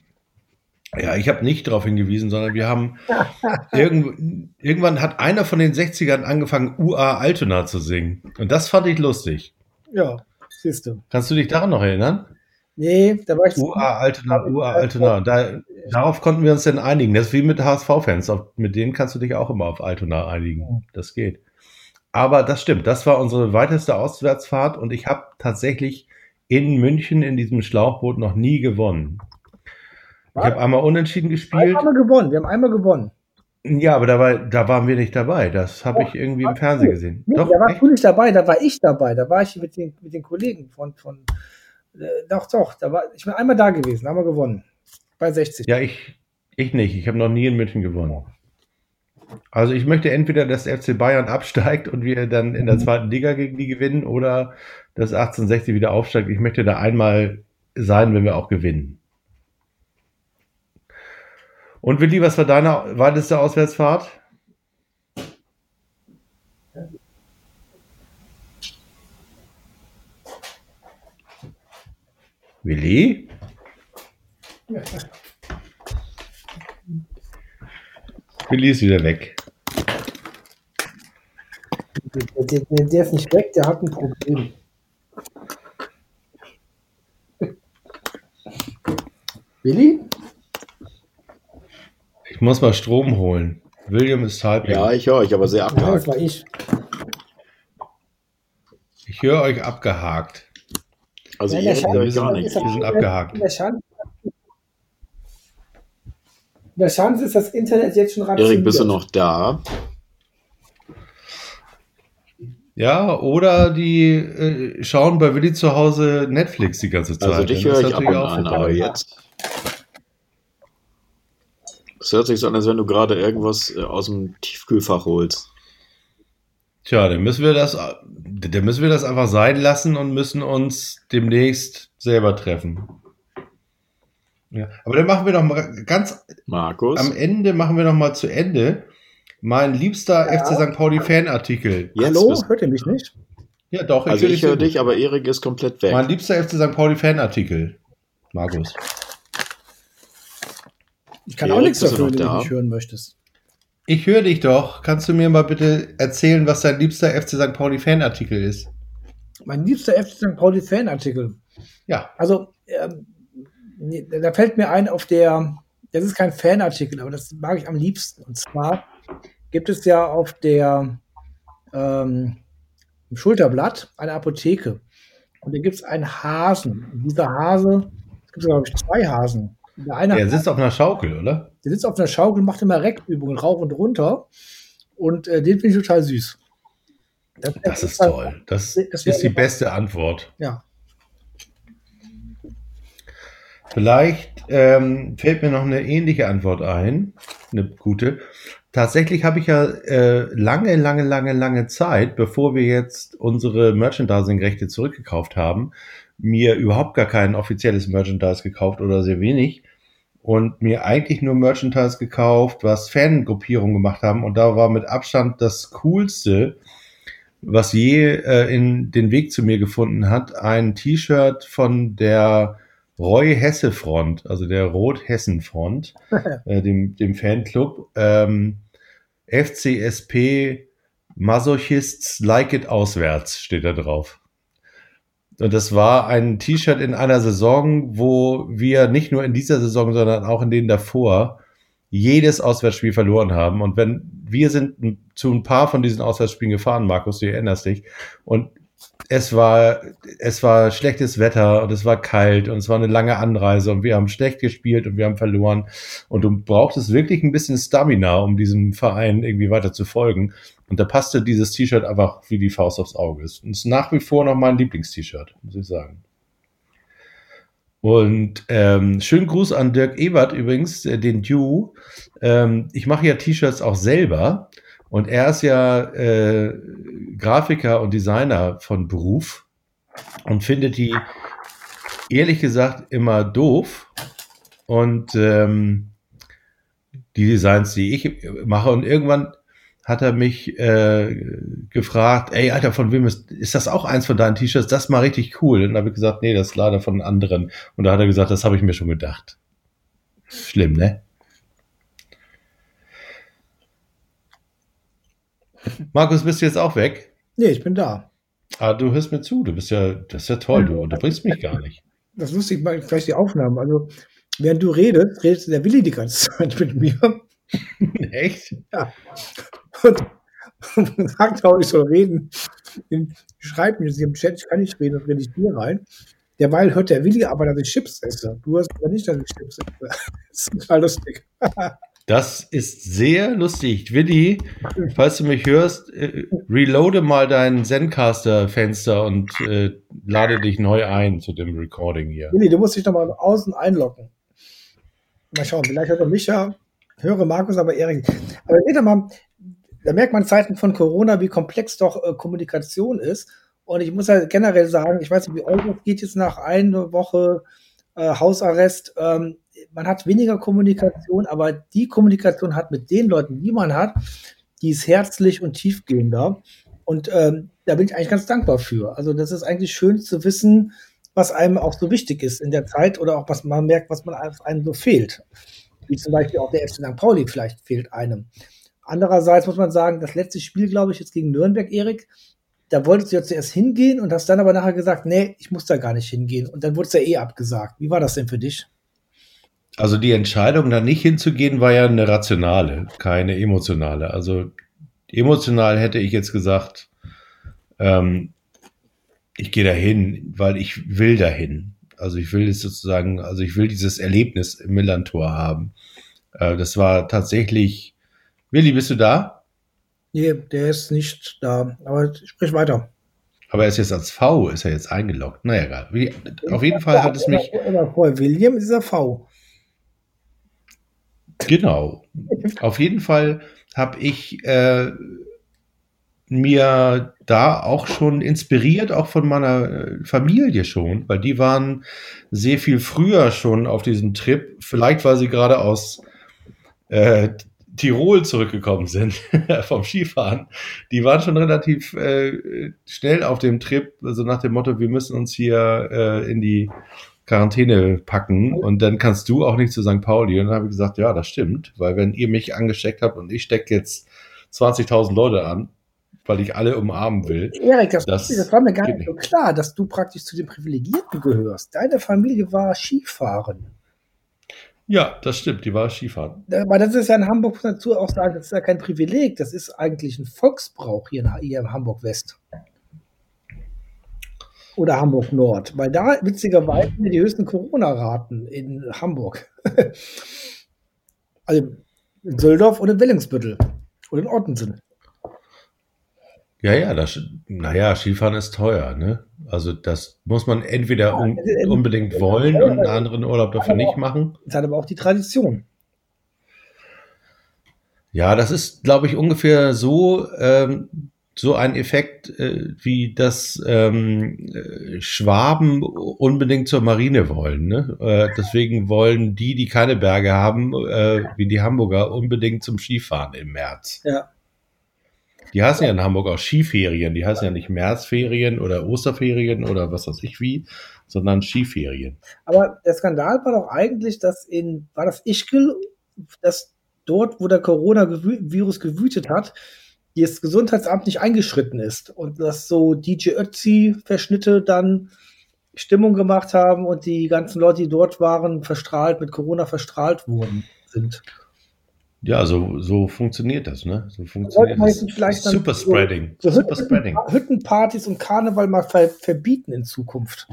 Ja, ich habe nicht darauf hingewiesen, sondern wir haben irgend, irgendwann hat einer von den sechzigern angefangen, U A Altona zu singen. Und das fand ich lustig. Ja, siehst du. Kannst du dich daran noch erinnern? Nee, da war ich. U A Altona, U A Altona. Da, darauf konnten wir uns dann einigen. Das ist wie mit H S V-Fans. Auf- Mit denen kannst du dich auch immer auf Altona einigen. Das geht. Aber das stimmt. Das war unsere weiteste Auswärtsfahrt und ich habe tatsächlich in München in diesem Schlauchboot noch nie gewonnen. Ich Was? habe einmal unentschieden gespielt. Einmal gewonnen, wir haben einmal gewonnen. Ja, aber da, war, da waren wir nicht dabei. Das habe ich irgendwie im Fernsehen gesehen. Nee, Doch, da warst echt? du nicht dabei, da war ich dabei. Da war ich mit den, mit den Kollegen von. von äh, doch, doch, da war, ich bin einmal da gewesen, haben wir gewonnen. Bei sechzig. Ja, ich, ich nicht. Ich habe noch nie in München gewonnen. Also ich möchte entweder, dass der F C Bayern absteigt und wir dann in der zweiten Liga gegen die gewinnen oder dass achtzehnhundertsechzig wieder aufsteigt. Ich möchte da einmal sein, wenn wir auch gewinnen. Und Willi, was war deine weiteste Auswärtsfahrt? Willi? Willi ist wieder weg. Der, der, der ist nicht weg, der hat ein Problem. Willi? Ich muss mal Strom holen. William ist halb. Ja, ich höre euch, aber sehr Ja, das abgehakt. war ich. Ich höre euch abgehakt. Also Ja, ihr in der hört euch Schanze- gar wir nicht. sind abgehakt. In der Schanze, in der Schanze ist das Internet jetzt schon rationiert. Erik, bist du noch da? Ja, oder die äh, schauen bei Willi zu Hause Netflix die ganze Zeit. Also dich Das höre ist ich ab natürlich und auch an, vorbei. aber jetzt. Es hört sich so an, als wenn du gerade irgendwas äh, aus dem Tiefkühlfach holst. Tja, dann müssen wir das, dann müssen wir das einfach sein lassen und müssen uns demnächst selber treffen. Ja, aber dann machen wir doch mal ganz Markus? am Ende machen wir noch mal zu Ende mein liebster F C Sankt Pauli Fanartikel. Jetzt Hallo, bist- hört ihr mich nicht? Ja, doch, Also ich sehr höre gut. dich, aber Erik ist komplett weg. Mein liebster F C Sankt Pauli Fanartikel. Markus. Ich kann Erik, auch nichts bist du dafür, noch wenn du da? mich hören möchtest. Ich höre dich doch. Kannst du mir mal bitte erzählen, was dein liebster F C Sankt Pauli Fanartikel ist? Mein liebster F C Sankt Pauli Fanartikel. Ja. Also, ähm, nee, da fällt mir ein auf der, das ist kein Fanartikel, aber das mag ich am liebsten. Und zwar gibt es ja auf der ähm, im Schulterblatt eine Apotheke. Und da gibt es einen Hasen. Und dieser Hase, es gibt glaube ich zwei Hasen. Und Der eine Der sitzt auf einer Schaukel, oder? der sitzt auf einer Schaukel und macht immer Reckübungen rauf und runter. Und äh, den finde ich total süß. Das, Das ist toll. Das Das wäre- ist die beste Antwort. Ja. Vielleicht ähm, fällt mir noch eine ähnliche Antwort ein, eine gute. Tatsächlich habe ich ja äh, lange, lange, lange, lange Zeit, bevor wir jetzt unsere Merchandising-Rechte zurückgekauft haben, mir überhaupt gar kein offizielles Merchandise gekauft oder sehr wenig und mir eigentlich nur Merchandise gekauft, was Fangruppierungen gemacht haben. Und da war mit Abstand das Coolste, was je äh, in den Weg zu mir gefunden hat, ein T-Shirt von der Roy-Hesse-Front, also der Rot-Hessen-Front, äh, dem, dem Fanclub, ähm, F C S P Masochists Like It Auswärts steht da drauf. Und das war ein T-Shirt in einer Saison, wo wir nicht nur in dieser Saison, sondern auch in denen davor jedes Auswärtsspiel verloren haben. Und wenn wir sind zu ein paar von diesen Auswärtsspielen gefahren, Markus, du erinnerst dich, und es war, es war schlechtes Wetter und es war kalt und es war eine lange Anreise und wir haben schlecht gespielt und wir haben verloren und du brauchtest wirklich ein bisschen Stamina, um diesem Verein irgendwie weiter zu folgen. Und da passte dieses T-Shirt einfach wie die Faust aufs Auge. Es ist nach wie vor noch mein Lieblings-T-Shirt, muss ich sagen. Und ähm, schönen Gruß an Dirk Ebert übrigens, äh, den Dew. Ähm, ich mache ja T-Shirts auch selber und er ist ja äh, Grafiker und Designer von Beruf und findet die ehrlich gesagt immer doof. Und ähm, die Designs, die ich mache, und irgendwann hat er mich äh, gefragt, ey, Alter, von wem ist, ist das auch eins von deinen T-Shirts? Das ist mal richtig cool. Und dann habe ich gesagt, nee, das ist leider von anderen. Und da hat er gesagt, das habe ich mir schon gedacht. Schlimm, ne? Markus, bist du jetzt auch weg? Nee, ich bin da. Ah, du hörst mir zu. Du bist ja, das ist ja toll. Du unterbrichst mich gar nicht. Das ist lustig, mal gleich die Aufnahmen. Also, während du redest, redet der Willi die ganze Zeit mit mir. Echt? Ja. Und, und sagt auch, ich soll reden. Schreibt mir sie im Chat, ich kann nicht reden, dann rede ich dir rein. Derweil hört der Willi aber, dass ich Chips esse. Du hörst aber nicht, dass ich Chips esse. Das ist total lustig. Das ist sehr lustig. Willi, falls du mich hörst, äh, reloade mal dein Zencaster-Fenster und äh, lade dich neu ein zu dem Recording hier. Willi, du musst dich nochmal außen einloggen. Mal schauen, vielleicht hört er mich ja, höre Markus, aber Erik. Aber seht ihr mal, da merkt man in Zeiten von Corona, wie komplex doch äh, Kommunikation ist. Und ich muss ja generell sagen, ich weiß nicht, wie euch das geht jetzt nach einer Woche äh, Hausarrest. Ähm, man hat weniger Kommunikation, aber die Kommunikation hat mit den Leuten, die man hat, die ist herzlich und tiefgehender. Und ähm, da bin ich eigentlich ganz dankbar für. Also das ist eigentlich schön zu wissen, was einem auch so wichtig ist in der Zeit oder auch was man merkt, was man einem so fehlt. Wie zum Beispiel auch der F C Sankt Pauli vielleicht fehlt einem. Andererseits muss man sagen, das letzte Spiel, glaube ich, jetzt gegen Nürnberg, Erik, da wolltest du ja zuerst hingehen und hast dann aber nachher gesagt, nee, ich muss da gar nicht hingehen. Und dann wurde es ja eh abgesagt. Wie war das denn für dich? Also die Entscheidung, da nicht hinzugehen, war ja eine rationale, keine emotionale. Also emotional hätte ich jetzt gesagt, ähm, ich gehe dahin, weil ich will dahin. Also ich will es sozusagen, also ich will dieses Erlebnis im Millantor haben. Äh, das war tatsächlich. Willi, bist du da? Nee, der ist nicht da. Aber sprich weiter. Aber er ist jetzt als V, ist er jetzt eingeloggt. Naja, egal. Wie, auf jeden Fall hat es mich. Immer vor William ist er V. Genau. Auf jeden Fall habe ich äh, mir da auch schon inspiriert, auch von meiner äh, Familie schon, weil die waren sehr viel früher schon auf diesem Trip. Vielleicht, weil sie gerade aus äh, Tirol zurückgekommen sind vom Skifahren. Die waren schon relativ äh, schnell auf dem Trip, also nach dem Motto, wir müssen uns hier äh, in die Quarantäne packen und dann kannst du auch nicht zu Sankt Pauli. Und dann habe ich gesagt, ja, das stimmt, weil wenn ihr mich angesteckt habt und ich stecke jetzt zwanzigtausend Leute an, weil ich alle umarmen will. Erik, das, das, das war mir gar geht nicht so klar, dass du praktisch zu den Privilegierten gehörst. Deine Familie war Skifahren. Ja, das stimmt, die war Skifahren. Aber das ist ja in Hamburg dazu auch sagen, das ist ja kein Privileg, das ist eigentlich ein Volksbrauch hier in, hier in Hamburg West. Oder Hamburg Nord, weil da witzigerweise sind die höchsten Corona-Raten in Hamburg. Also in Söldorf und in Wellingsbüttel und in Ottensen. Ja, ja, das, naja, Skifahren ist teuer, ne? Also das muss man entweder un, unbedingt wollen und einen anderen Urlaub dafür nicht machen. Das hat aber auch die Tradition. Ja, das ist, glaube ich, ungefähr so, ähm, so ein Effekt, äh, wie das ähm, Schwaben unbedingt zur Marine wollen. Ne? Äh, deswegen wollen die, die keine Berge haben, äh, wie die Hamburger, unbedingt zum Skifahren im März. Ja. Die heißen ja in Hamburg auch Skiferien. Die heißen ja nicht Märzferien oder Osterferien oder was weiß ich wie, sondern Skiferien. Aber der Skandal war doch eigentlich, dass in, war das Ischgl, dass dort, wo der Coronavirus gewütet hat, das Gesundheitsamt nicht eingeschritten ist und dass so D J Ötzi-Verschnitte dann Stimmung gemacht haben und die ganzen Leute, die dort waren, verstrahlt, mit Corona verstrahlt worden sind. Ja, so, so funktioniert das, ne? So funktioniert das. Vielleicht Super Spreading. So, so Super Hütten, Spreading. Hüttenpartys und Karneval mal ver verbieten in Zukunft.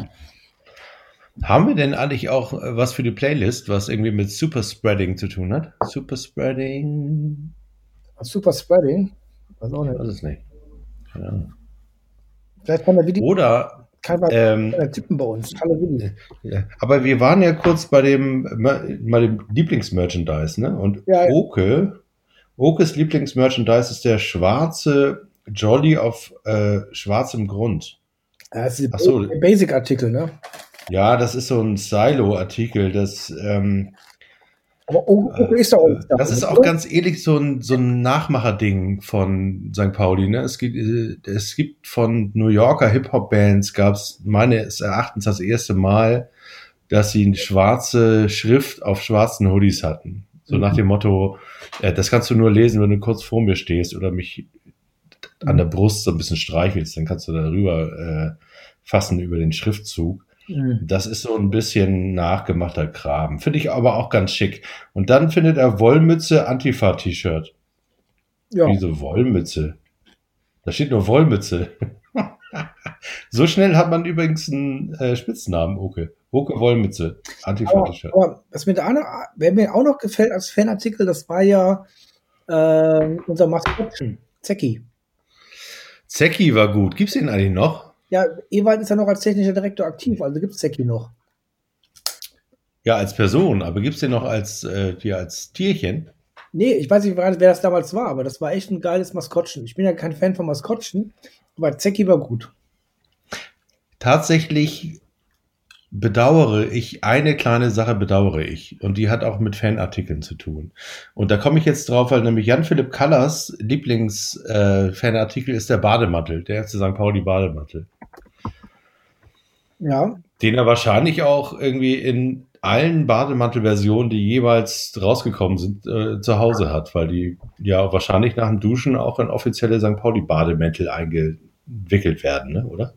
Haben wir denn eigentlich auch was für die Playlist, was irgendwie mit Super Spreading zu tun hat? Super Spreading. Super Spreading? Weiß auch nicht. Weiß es nicht. Ja. Vielleicht kann der Video. Oder kann man ähm, tippen bei uns. Hallo Willi. Ja, aber wir waren ja kurz bei dem, bei dem Lieblingsmerchandise, ne? Und Ja, ja. Oke, Okes Lieblingsmerchandise ist der schwarze Jolly auf äh, schwarzem Grund. Das ist Ach so. der Basic-Artikel, ne? Ja, das ist so ein Silo-Artikel, das ähm, Aber Oke ist doch äh, das ist auch ganz ähnlich so ein, so ein Nachmacherding von Sankt Pauli. Ne? Es gibt, äh, es gibt von New Yorker Hip-Hop-Bands, gab es meines Erachtens das erste Mal, dass sie eine schwarze Schrift auf schwarzen Hoodies hatten. So Mhm. nach dem Motto, äh, das kannst du nur lesen, wenn du kurz vor mir stehst oder mich an der Brust so ein bisschen streichelst, dann kannst du darüber äh, fassen über den Schriftzug. Mhm. Das ist so ein bisschen nachgemachter Kram. Finde ich aber auch ganz schick. Und dann findet er Wollmütze Antifa-T-Shirt. Ja. Wieso Wollmütze? Da steht nur Wollmütze. So schnell hat man übrigens einen äh, Spitznamen, Oke. Oke Wollmütze Antifa-T-Shirt. Aber, aber was mir da auch noch, wer mir auch noch gefällt als Fanartikel, das war ja äh, unser Maskottchen, Zecki. Zecki war gut. Gibt's den eigentlich noch? Ja, Ewald ist ja noch als technischer Direktor aktiv, also gibt es Zecki noch. Ja, als Person, aber gibt's den noch als, äh, hier als Tierchen? Nee, ich weiß nicht, wer das damals war, aber das war echt ein geiles Maskottchen. Ich bin ja kein Fan von Maskottchen, aber Zecki war gut. Tatsächlich bedauere ich, eine kleine Sache bedauere ich. Und die hat auch mit Fanartikeln zu tun. Und da komme ich jetzt drauf, weil nämlich Jan-Philipp Kallers Lieblings-Fanartikel äh, ist der Bademantel, der F C Sankt Pauli Bademantel. Ja. Den er wahrscheinlich auch irgendwie in allen Bademantelversionen, die jeweils rausgekommen sind, äh, zu Hause hat, weil die ja wahrscheinlich nach dem Duschen auch in offizielle Sankt Pauli Bademäntel eingewickelt werden, ne? Oder?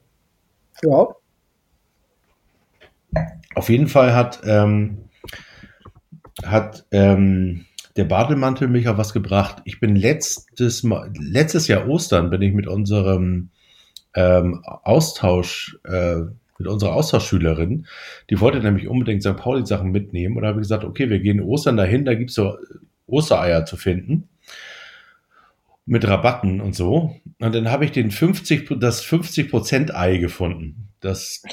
Ja. Auf jeden Fall hat ähm, hat ähm, der Bartelmantel mich auf was gebracht. Ich bin letztes Mal, letztes Jahr Ostern bin ich mit unserem ähm, Austausch, äh, mit unserer Austauschschülerin, die wollte nämlich unbedingt Sankt Pauli-Sachen mitnehmen. Und da habe ich gesagt, okay, wir gehen Ostern dahin, da gibt's so Ostereier zu finden. Mit Rabatten und so. Und dann habe ich den fünfzig, das fünfzig Prozent Ei gefunden. Das,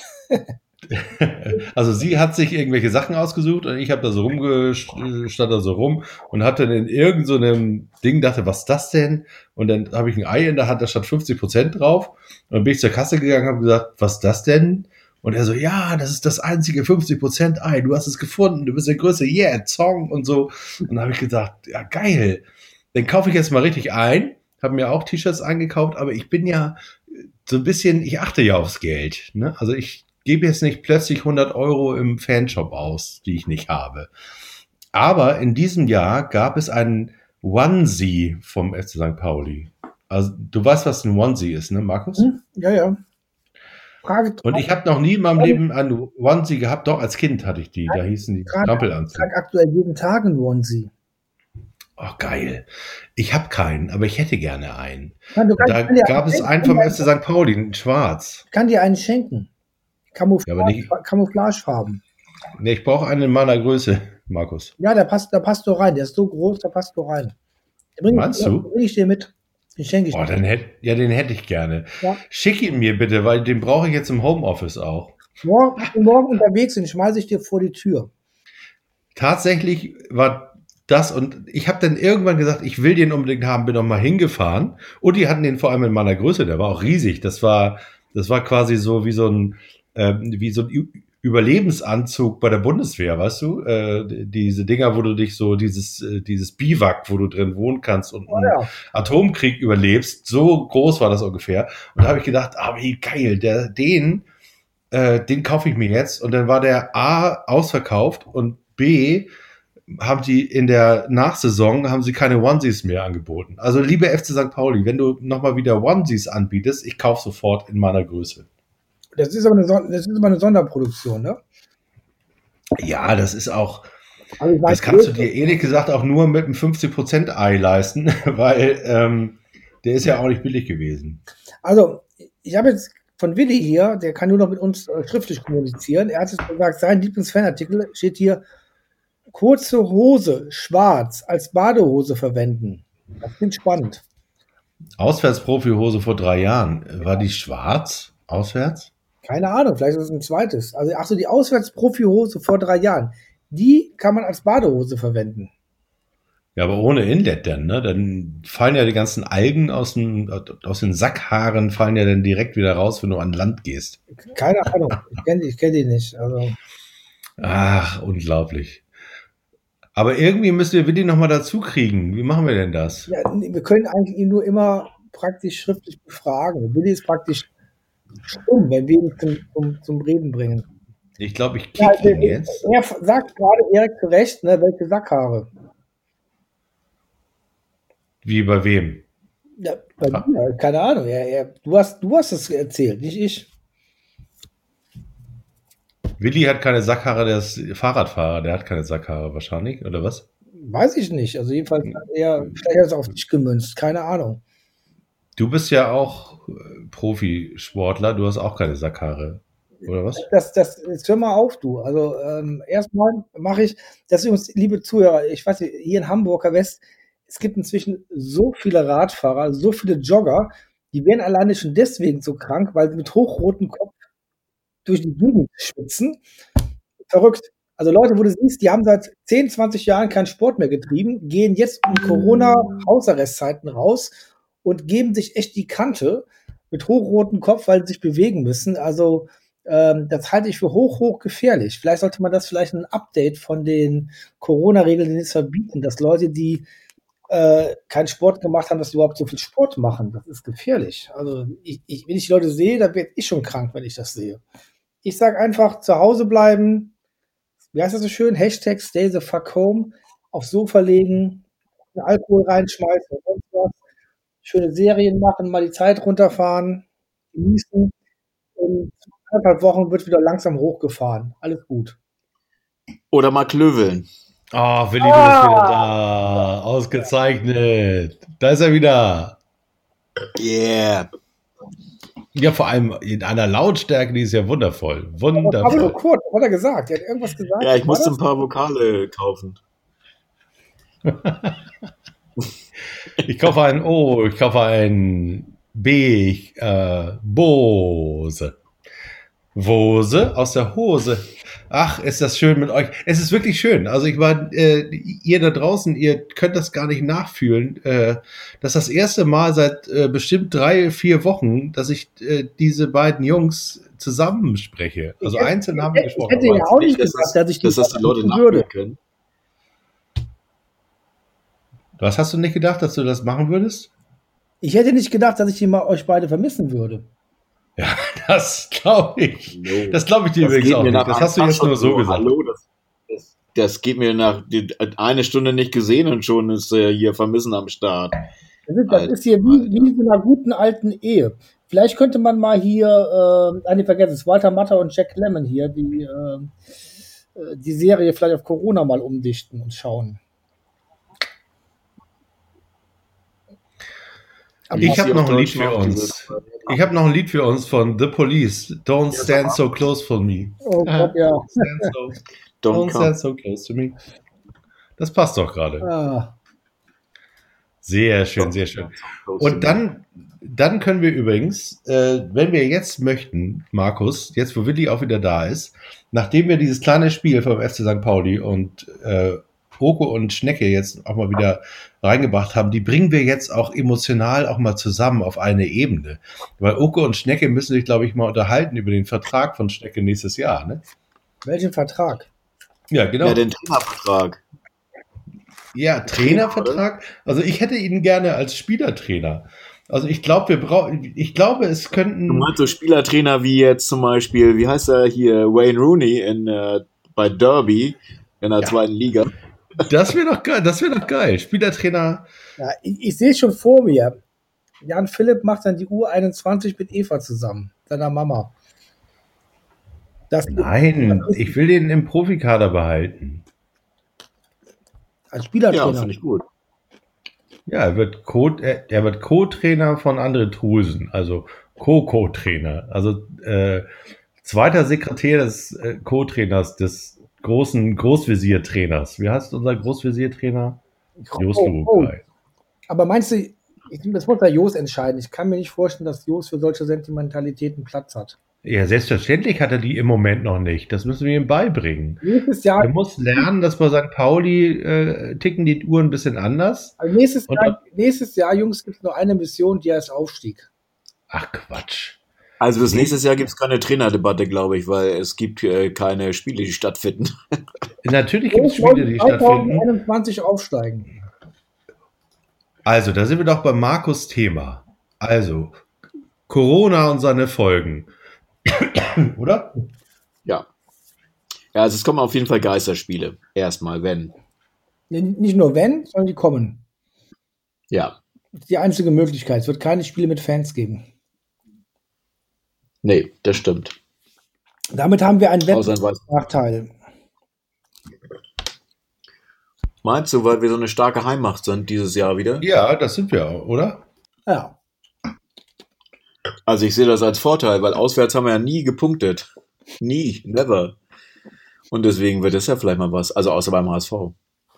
also sie hat sich irgendwelche Sachen ausgesucht und ich habe da so rumgestand da so rum und hatte dann in irgendeinem so einem Ding, dachte, was ist das denn? Und dann habe ich ein Ei in der Hand, da stand fünfzig Prozent drauf. Und dann bin ich zur Kasse gegangen und habe gesagt, was ist das denn? Und er so, ja, das ist das einzige fünfzig Prozent Ei, du hast es gefunden, du bist der Größte, yeah, Zong und so. Und dann habe ich gesagt, ja, geil. Dann kaufe ich jetzt mal richtig ein, habe mir auch T-Shirts eingekauft, aber ich bin ja so ein bisschen, ich achte ja aufs Geld. Ne? Also ich gebe jetzt nicht plötzlich hundert Euro im Fanshop aus, die ich nicht habe. Aber in diesem Jahr gab es einen Onesie vom F C Sankt Pauli. Also du weißt, was ein Onesie ist, ne, Markus? Hm? Ja, ja. Frage, Und ich habe noch nie in meinem Leben einen Onesie gehabt. Doch, als Kind hatte ich die. Da hießen die Trampelanzug. Ich aktuell jeden Tag einen Onesie. Oh, geil. Ich habe keinen, aber ich hätte gerne einen. Ja, du kannst, da kann gab es einen vom F C Sankt Pauli, in schwarz. Ich kann dir einen schenken. Camouflage, Ja, aber nicht, Camouflagefarben. Nee, ich brauche einen in meiner Größe, Markus. Ja, der passt, da passt du rein. Der ist so groß, da passt du rein. Den bring Meinst ich, du? Den bring ich dir mit. Den schenke ich oh, dir. Dann hätt, ja, den hätte ich gerne. Ja. Schick ihn mir bitte, weil den brauche ich jetzt im Homeoffice auch. Morgen, ich bin morgen unterwegs, den schmeiße ich dir vor die Tür. Tatsächlich war das, und ich habe dann irgendwann gesagt, ich will den unbedingt haben, bin noch mal hingefahren. Und die hatten den vor allem in meiner Größe, der war auch riesig. Das war, das war quasi so wie so ein, äh, wie so ein Überlebensanzug bei der Bundeswehr, weißt du? Äh, diese Dinger, wo du dich so, dieses, äh, dieses Biwak, wo du drin wohnen kannst und einen Oh, ja. Atomkrieg überlebst. So groß war das ungefähr. Und da habe ich gedacht, ah, wie geil, der, den, äh, den kaufe ich mir jetzt. Und dann war der A ausverkauft und B haben die in der Nachsaison haben sie keine Onesies mehr angeboten. Also liebe F C Sankt Pauli, wenn du nochmal wieder Onesies anbietest, ich kaufe sofort in meiner Größe. Das ist aber eine, Son- das ist aber eine Sonderproduktion, ne? Ja, das ist auch, Also ich weiß, das kannst du dir ehrlich gesagt auch nur mit einem fünfzig Prozent Ei leisten, weil ähm, der ist ja auch nicht billig gewesen. Also, ich habe jetzt von Willi hier, der kann nur noch mit uns äh, schriftlich kommunizieren. Er hat jetzt gesagt, sein Lieblingsfanartikel steht hier: kurze Hose, schwarz, als Badehose verwenden. Das klingt spannend. Auswärtsprofihose vor drei Jahren, war die schwarz? Auswärts? Keine Ahnung, vielleicht ist es ein zweites. Also, ach so, die Auswärtsprofihose vor drei Jahren, die kann man als Badehose verwenden. Ja, aber ohne Inlet dann, ne? Dann fallen ja die ganzen Algen aus, dem, aus den Sackhaaren, fallen ja dann direkt wieder raus, wenn du an Land gehst. Keine Ahnung, ich kenne ich kenn die nicht. Also, Ach, unglaublich. Aber irgendwie müssen wir Willi nochmal dazu kriegen. Wie machen wir denn das? ja, wir können eigentlich ihn nur immer praktisch schriftlich befragen. Willi ist praktisch stumm, wenn wir ihn zum, zum, zum Reden bringen. Ich glaube, ich Ja, kick ihn der- jetzt. Er sagt gerade Erik zu Recht, ne, welche Sackhaare. Wie bei wem? Ja, bei Ah. dir, keine Ahnung. Er, er, du, hast, du hast es erzählt, nicht ich. Willi hat keine Sackhaare, der ist Fahrradfahrer, der hat keine Sackhaare wahrscheinlich, oder was? Weiß ich nicht. Also jedenfalls hat er, vielleicht hat er es auf dich gemünzt, keine Ahnung. Du bist ja auch äh, Profisportler, du hast auch keine Sackhaare, oder was? Das, das, jetzt hör mal auf, du. Also ähm, erstmal mache ich, das ist uns, liebe Zuhörer, ich weiß nicht, hier in Hamburger West, es gibt inzwischen so viele Radfahrer, so viele Jogger, die werden alleine schon deswegen so krank, weil sie mit hochrotem Kopf durch die Gegend schwitzen. Verrückt. Also Leute, wo du siehst, die haben seit zehn, zwanzig Jahren keinen Sport mehr getrieben, gehen jetzt um Corona-Hausarrestzeiten raus und geben sich echt die Kante mit hochrotem Kopf, weil sie sich bewegen müssen. Also ähm, das halte ich für hoch, hoch gefährlich. Vielleicht sollte man das vielleicht ein Update von den Corona-Regeln jetzt verbieten, dass Leute, die äh, keinen Sport gemacht haben, dass sie überhaupt so viel Sport machen. Das ist gefährlich. Also ich, ich, wenn ich die Leute sehe, dann werde ich schon krank, wenn ich das sehe. Ich sage einfach, zu Hause bleiben, wie heißt das so schön? Hashtag stay the fuck home, aufs Sofa legen, Alkohol reinschmeißen und sonst was. Schöne Serien machen, mal die Zeit runterfahren, genießen. In anderthalb Wochen wird wieder langsam hochgefahren. Alles gut. Oder mal klöveln. Oh, Willi, du bist wieder da. Ausgezeichnet. Da ist er wieder. Yeah. Ja, vor allem in einer Lautstärke, die ist ja wundervoll. Aber Pablo Wundervoll. Kurt, was hat er gesagt? Er hat irgendwas gesagt. Ja, ich War musste das? ein paar Vokale kaufen. Ich kaufe ein O, ich kaufe ein B, ich, äh, Bose. Wose aus der Hose. Ach, ist das schön mit euch. Es ist wirklich schön. Also ich war, äh, ihr da draußen, ihr könnt das gar nicht nachfühlen. Äh, das ist das erste Mal seit äh, bestimmt drei, vier Wochen, dass ich äh, diese beiden Jungs zusammen spreche. Also Ich hätte- einzeln haben wir Ich gesprochen. hätte ja aber- auch nicht dass, gedacht, das, dass ich dass das die Leute machen nachhören würde. können. Was hast du nicht gedacht, dass du das machen würdest? Ich hätte nicht gedacht, dass ich die mal euch beide vermissen würde. Ja, das glaube ich. Hallo. Das glaube ich dir Das übrigens geht auch mir nicht. nach Das einem hast du Tag jetzt schon nur so gesagt. Hallo, das, das, das geht mir nach die, eine Stunde nicht gesehen und schon ist äh, hier Vermissen am Start. Das ist, das Alter, ist hier wie, wie in so einer guten alten Ehe. Vielleicht könnte man mal hier, äh, ah, nee, vergessen, es ist Walter Matthau und Jack Lemmon hier, die, äh, äh, die Serie vielleicht auf Corona mal umdichten und schauen. Aber Ich habe sie noch auf ein Lied Deutsch für noch uns. dieses- Ich habe noch ein Lied für uns von The Police. Don't stand so close for me. oh Gott, ja. Stand so, Don't don't come. stand so close to me. Das passt doch gerade. Ah, Sehr schön, sehr schön. Und dann, dann können wir übrigens, äh, wenn wir jetzt möchten, Markus, jetzt wo Willi auch wieder da ist, nachdem wir dieses kleine Spiel vom F C Sankt Pauli und äh, Oko und Schnecke jetzt auch mal wieder reingebracht haben, die bringen wir jetzt auch emotional auch mal zusammen auf eine Ebene. Weil Oko und Schnecke müssen sich, glaube ich, mal unterhalten über den Vertrag von Schnecke nächstes Jahr, ne? welchen Vertrag? Ja, genau. Ja, den Trainervertrag. Ja, Trainervertrag. Also ich hätte ihn gerne als Spielertrainer. Also ich glaube, wir brauchen, ich glaube, es Du könnten, meinst so Spielertrainer wie jetzt zum Beispiel, wie heißt er hier, Wayne Rooney in, äh, bei Derby in der Ja. zweiten Liga. das wäre doch geil, das wäre doch geil. Spielertrainer, Ja, ich, ich sehe es schon vor mir. Jan Philipp macht dann die U einundzwanzig mit Eva zusammen, seiner Mama. Das nein, ich will den im Profikader behalten. als Ja, Spielertrainer. finde ich gut. Ja, er wird Co, er, er wird Co-Trainer von André Trusen, also Co-Co-Trainer, also äh, zweiter Sekretär des äh, Co-Trainers des großen Großvisier-Trainers. Wie heißt unser Großvisier-Trainer? Jost Oh, oh. Lukai. Aber meinst du, ich, das muss der Jos entscheiden. Ich kann mir nicht vorstellen, dass Jos für solche Sentimentalitäten Platz hat. Ja, selbstverständlich hat er die im Moment noch nicht. Das müssen wir ihm beibringen. Nächstes Jahr, Er muss lernen, dass bei Sankt Pauli äh, ticken die Uhren ein bisschen anders. also nächstes, Und Jahr, nächstes Jahr, Jungs, gibt es nur eine Mission, die heißt Aufstieg. Ach Quatsch. Also bis nächstes Jahr gibt es keine Trainerdebatte, glaube ich, weil es gibt äh, keine Spiele, die stattfinden. Natürlich gibt es Spiele, die stattfinden. zwanzig einundzwanzig aufsteigen. Also, da sind wir doch bei Markus Thema. Also, Corona und seine Folgen. Oder? Ja. Ja, also es kommen auf jeden Fall Geisterspiele. Erstmal, wenn. Nee, nicht nur wenn, sondern die kommen. Ja. Das ist die einzige Möglichkeit. Es wird keine Spiele mit Fans geben. Nee, das stimmt. Damit haben wir einen Außer ein Weiß- Wettbewerbsnachteil. Meinst du, weil wir so eine starke Heimmacht sind dieses Jahr wieder? Ja, das sind wir, oder? Ja. Also ich sehe das als Vorteil, weil auswärts haben wir ja nie gepunktet. Nie, never. Und deswegen wird es ja vielleicht mal was. Also außer beim H S V.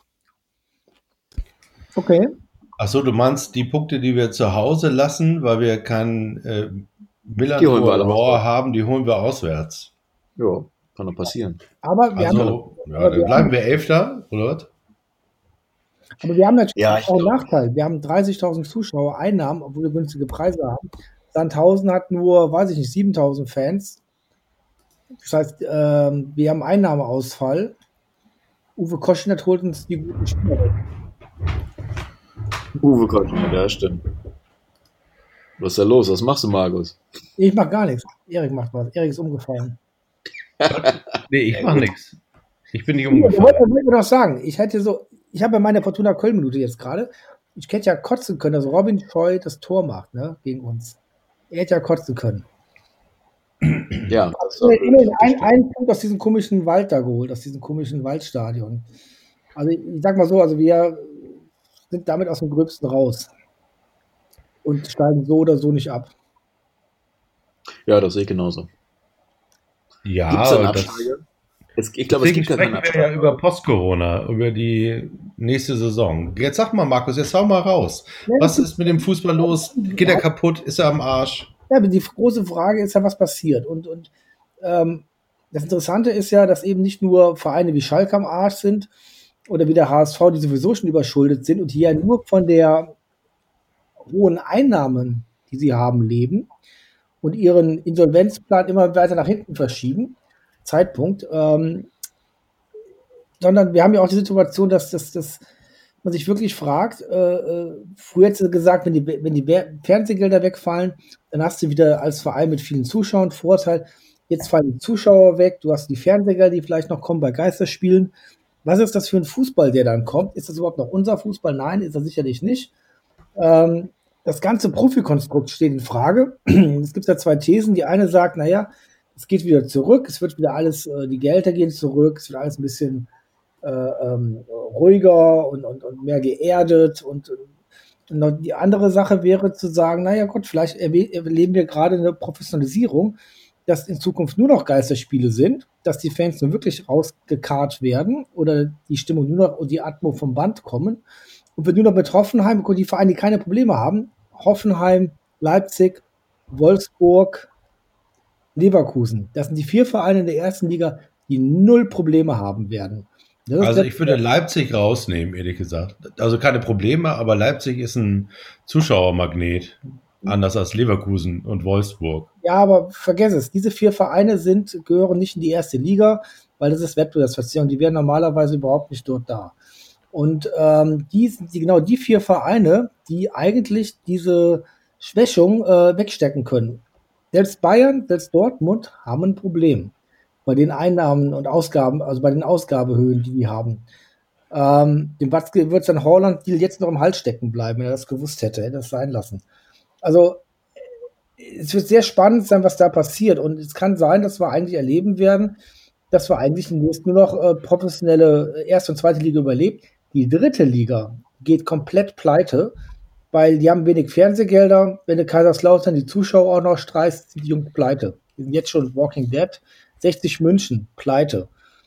Okay. Achso, du meinst die Punkte, die wir zu Hause lassen, weil wir kein äh, Die holen wir alle Millantor auswärts. haben, die holen wir auswärts. Ja, kann doch passieren. Aber wir, haben, Also, ja, dann bleiben wir Elfter, oder was? aber wir haben natürlich Ja, ich auch einen glaub- Nachteil. Wir haben dreißigtausend Zuschauer Einnahmen, obwohl wir günstige Preise haben. Sandhausen hat nur, weiß ich nicht, siebentausend Fans. Das heißt, ähm, wir haben Einnahmeausfall. Uwe Koschinat holt uns die guten Spieler weg. Uwe Kottmann, ja, stimmt. Was ist da los? Was machst du, Markus? Ich mach gar nichts. Erik macht was. Erik ist umgefallen. Nee, ich mach nichts. Ich bin nicht Ich wollte umgefallen. wollte noch sagen, ich hätte so, ich habe ja meine Fortuna Köln-Minute jetzt gerade. Ich hätte ja kotzen können, dass Robin Scheu das Tor macht, ne, gegen uns. Er hätte ja kotzen können. Ja. Ich habe immerhin einen, einen Punkt aus diesem komischen Wald da geholt, aus diesem komischen Waldstadion. Also ich, ich sag mal so, also wir sind damit aus dem Gröbsten raus und steigen so oder so nicht ab. Ja, das sehe ich genauso. Ja, Gibt es einen und das, Absteiger? Es, ich glaube, es deswegen gibt gar keinen sprechen wir ja Absteiger. über Post-Corona, über die nächste Saison. Jetzt sag mal, Markus, jetzt hau mal raus. Was ist mit dem Fußball los? Geht er kaputt? Ist er am Arsch? Ja, aber die große Frage ist ja, was passiert. Und, und ähm, das Interessante ist ja, dass eben nicht nur Vereine wie Schalke am Arsch sind oder wie der H S V, die sowieso schon überschuldet sind und die ja nur von der hohen Einnahmen, die sie haben, leben und ihren Insolvenzplan immer weiter nach hinten verschieben, Zeitpunkt, ähm, sondern wir haben ja auch die Situation, dass, dass, dass man sich wirklich fragt, äh, äh, früher hätte gesagt, wenn die, wenn die Fernsehgelder wegfallen, dann hast du wieder als Verein mit vielen Zuschauern Vorteil. Jetzt fallen die Zuschauer weg, du hast die Fernsehgelder, die vielleicht noch kommen bei Geisterspielen. Was ist das für ein Fußball, der dann kommt? Ist das überhaupt noch unser Fußball? Nein, ist er sicherlich nicht. Ähm, das ganze Profikonstrukt steht in Frage. Es gibt ja zwei Thesen. Die eine sagt, naja, es geht wieder zurück, es wird wieder alles, äh, die Gehälter gehen zurück, es wird alles ein bisschen äh, ähm, ruhiger und, und, und mehr geerdet. Und, und die andere Sache wäre zu sagen, naja Gott, vielleicht erleben wir gerade eine Professionalisierung, dass in Zukunft nur noch Geisterspiele sind, dass die Fans nur wirklich rausgekarrt werden oder die Stimmung nur noch und die Atmo vom Band kommen. Und wir nur noch mit Hoffenheim, die Vereine, die keine Probleme haben, Hoffenheim, Leipzig, Wolfsburg, Leverkusen. Das sind die vier Vereine in der ersten Liga, die null Probleme haben werden. Das ist Also der- ich würde Leipzig rausnehmen, ehrlich gesagt. Also keine Probleme, aber Leipzig ist ein Zuschauermagnet. Anders als Leverkusen und Wolfsburg. Ja, aber vergiss es, diese vier Vereine sind, gehören nicht in die erste Liga, weil das ist Wettbewerbsverzerrung. Die wären normalerweise überhaupt nicht dort da. Und ähm, die, sind die, genau die vier Vereine, die eigentlich diese Schwächung äh, wegstecken können. Selbst Bayern, selbst Dortmund haben ein Problem bei den Einnahmen und Ausgaben, also bei den Ausgabehöhen, die die haben. Ähm, dem Watzke wird sein Holland-Deal jetzt noch im Hals stecken bleiben, wenn er das gewusst hätte, hätte er es sein lassen. Also es wird sehr spannend sein, was da passiert. Und es kann sein, dass wir eigentlich erleben werden, dass wir eigentlich demnächst nur noch äh, professionelle erste und zweite Liga überlebt. Die dritte Liga geht komplett pleite, weil die haben wenig Fernsehgelder. Wenn du Kaiserslautern die Zuschauer auch noch streichst, sind die Jungs pleite. Die sind jetzt schon Walking Dead. sechzig München, pleite.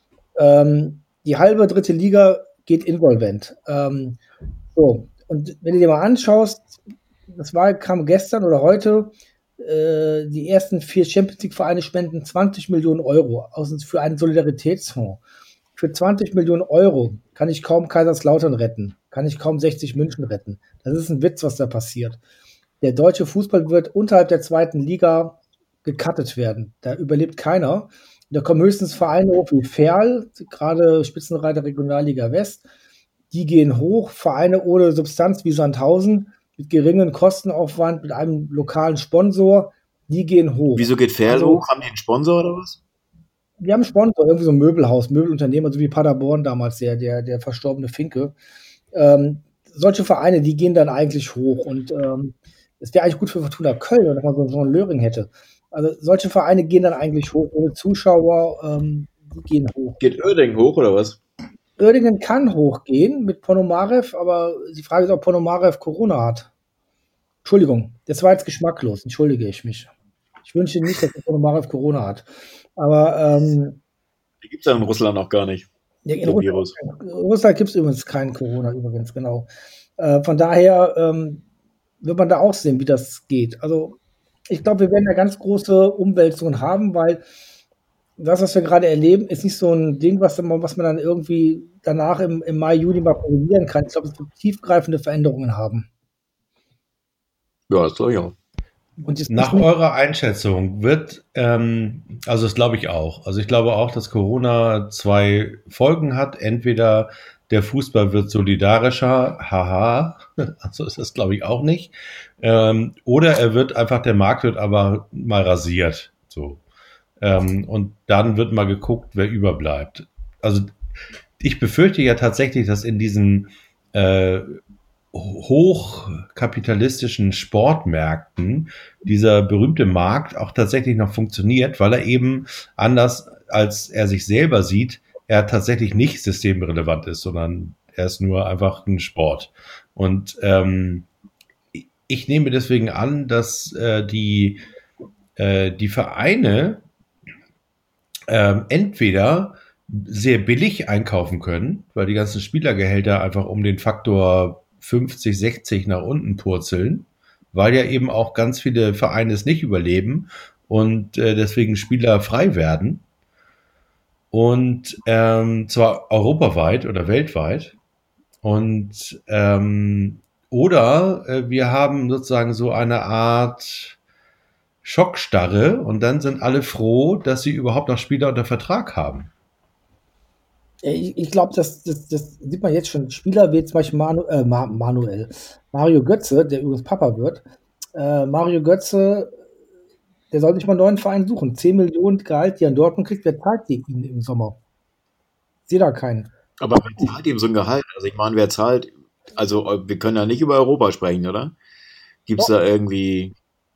Ähm, die halbe dritte Liga geht insolvent. Ähm, so, und wenn du dir mal anschaust, das war, kam gestern oder heute, äh, die ersten vier Champions League-Vereine spenden zwanzig Millionen Euro aus, für einen Solidaritätsfonds. Für zwanzig Millionen Euro kann ich kaum Kaiserslautern retten, kann ich kaum sechzig München retten. Das ist ein Witz, was da passiert. Der deutsche Fußball wird unterhalb der zweiten Liga gecuttet werden. Da überlebt keiner. Da kommen höchstens Vereine hoch wie Ferl, gerade Spitzenreiter Regionalliga West. Die gehen hoch. Vereine ohne Substanz wie Sandhausen mit geringem Kostenaufwand, mit einem lokalen Sponsor, die gehen hoch. Wieso geht Ferl Also- hoch? Haben die einen Sponsor oder was? Wir haben einen Sponsor, irgendwie so ein Möbelhaus, Möbelunternehmer, so wie Paderborn damals, der, der, der verstorbene Finke. Ähm, solche Vereine, die gehen dann eigentlich hoch. Und ähm, es wäre eigentlich gut für Fortuna Köln, wenn man so, so einen Löring hätte. Also solche Vereine gehen dann eigentlich hoch, ohne Zuschauer, ähm, die gehen hoch. Geht Oerding hoch oder was? Oerdingen kann hochgehen mit Ponomarev, aber die Frage ist, ob Ponomarev Corona hat. Entschuldigung, das war jetzt geschmacklos, entschuldige ich mich. Ich wünsche nicht, dass Ponomarev Corona hat. Aber ähm, Die gibt es ja in Russland auch gar nicht. ja, in Der Russland, Virus. in Russland gibt es übrigens keinen Corona, übrigens, genau. Äh, von daher ähm, wird man da auch sehen, wie das geht. Also ich glaube, wir werden da ganz große Umwälzungen haben, weil das, was wir gerade erleben, ist nicht so ein Ding, was, man- was man dann irgendwie danach im, im Mai, Juni mal korrigieren kann. Ich glaube, es wird tiefgreifende Veränderungen haben. Ja, das glaube ich auch. Und jetzt Nach müssen- eurer Einschätzung wird, ähm, also das glaube ich auch. Also ich glaube auch, dass Corona zwei Folgen hat. Entweder der Fußball wird solidarischer, haha, also ist das glaube ich auch nicht. Ähm, oder er wird einfach, der Markt wird aber mal rasiert. So. Ähm, und dann wird mal geguckt, wer überbleibt. Also ich befürchte ja tatsächlich, dass in diesen äh, hochkapitalistischen Sportmärkten dieser berühmte Markt auch tatsächlich noch funktioniert, weil er eben anders als er sich selber sieht, er tatsächlich nicht systemrelevant ist, sondern er ist nur einfach ein Sport. Und ähm, ich nehme deswegen an, dass äh, die, äh, die Vereine äh, entweder sehr billig einkaufen können, weil die ganzen Spielergehälter einfach um den Faktor fünfzig, sechzig nach unten purzeln, weil ja eben auch ganz viele Vereine es nicht überleben und äh, deswegen Spieler frei werden. Und ähm, zwar europaweit oder weltweit. Und ähm, oder äh, wir haben sozusagen so eine Art Schockstarre und dann sind alle froh, dass sie überhaupt noch Spieler unter Vertrag haben. Ich, ich glaube, das, das, das sieht man jetzt schon. Spieler wie zum Beispiel Manu, äh, Ma- Manuel, Mario Götze, der übrigens Papa wird. Äh, Mario Götze, der soll sich mal einen neuen Verein suchen. zehn Millionen Gehalt, die er in Dortmund kriegt, wer zahlt die ihm im Sommer? Ich sehe da keinen. Aber wer zahlt ihm so ein Gehalt? Also ich meine, wer zahlt, also wir können ja nicht über Europa sprechen, oder? Gibt es da irgendwie,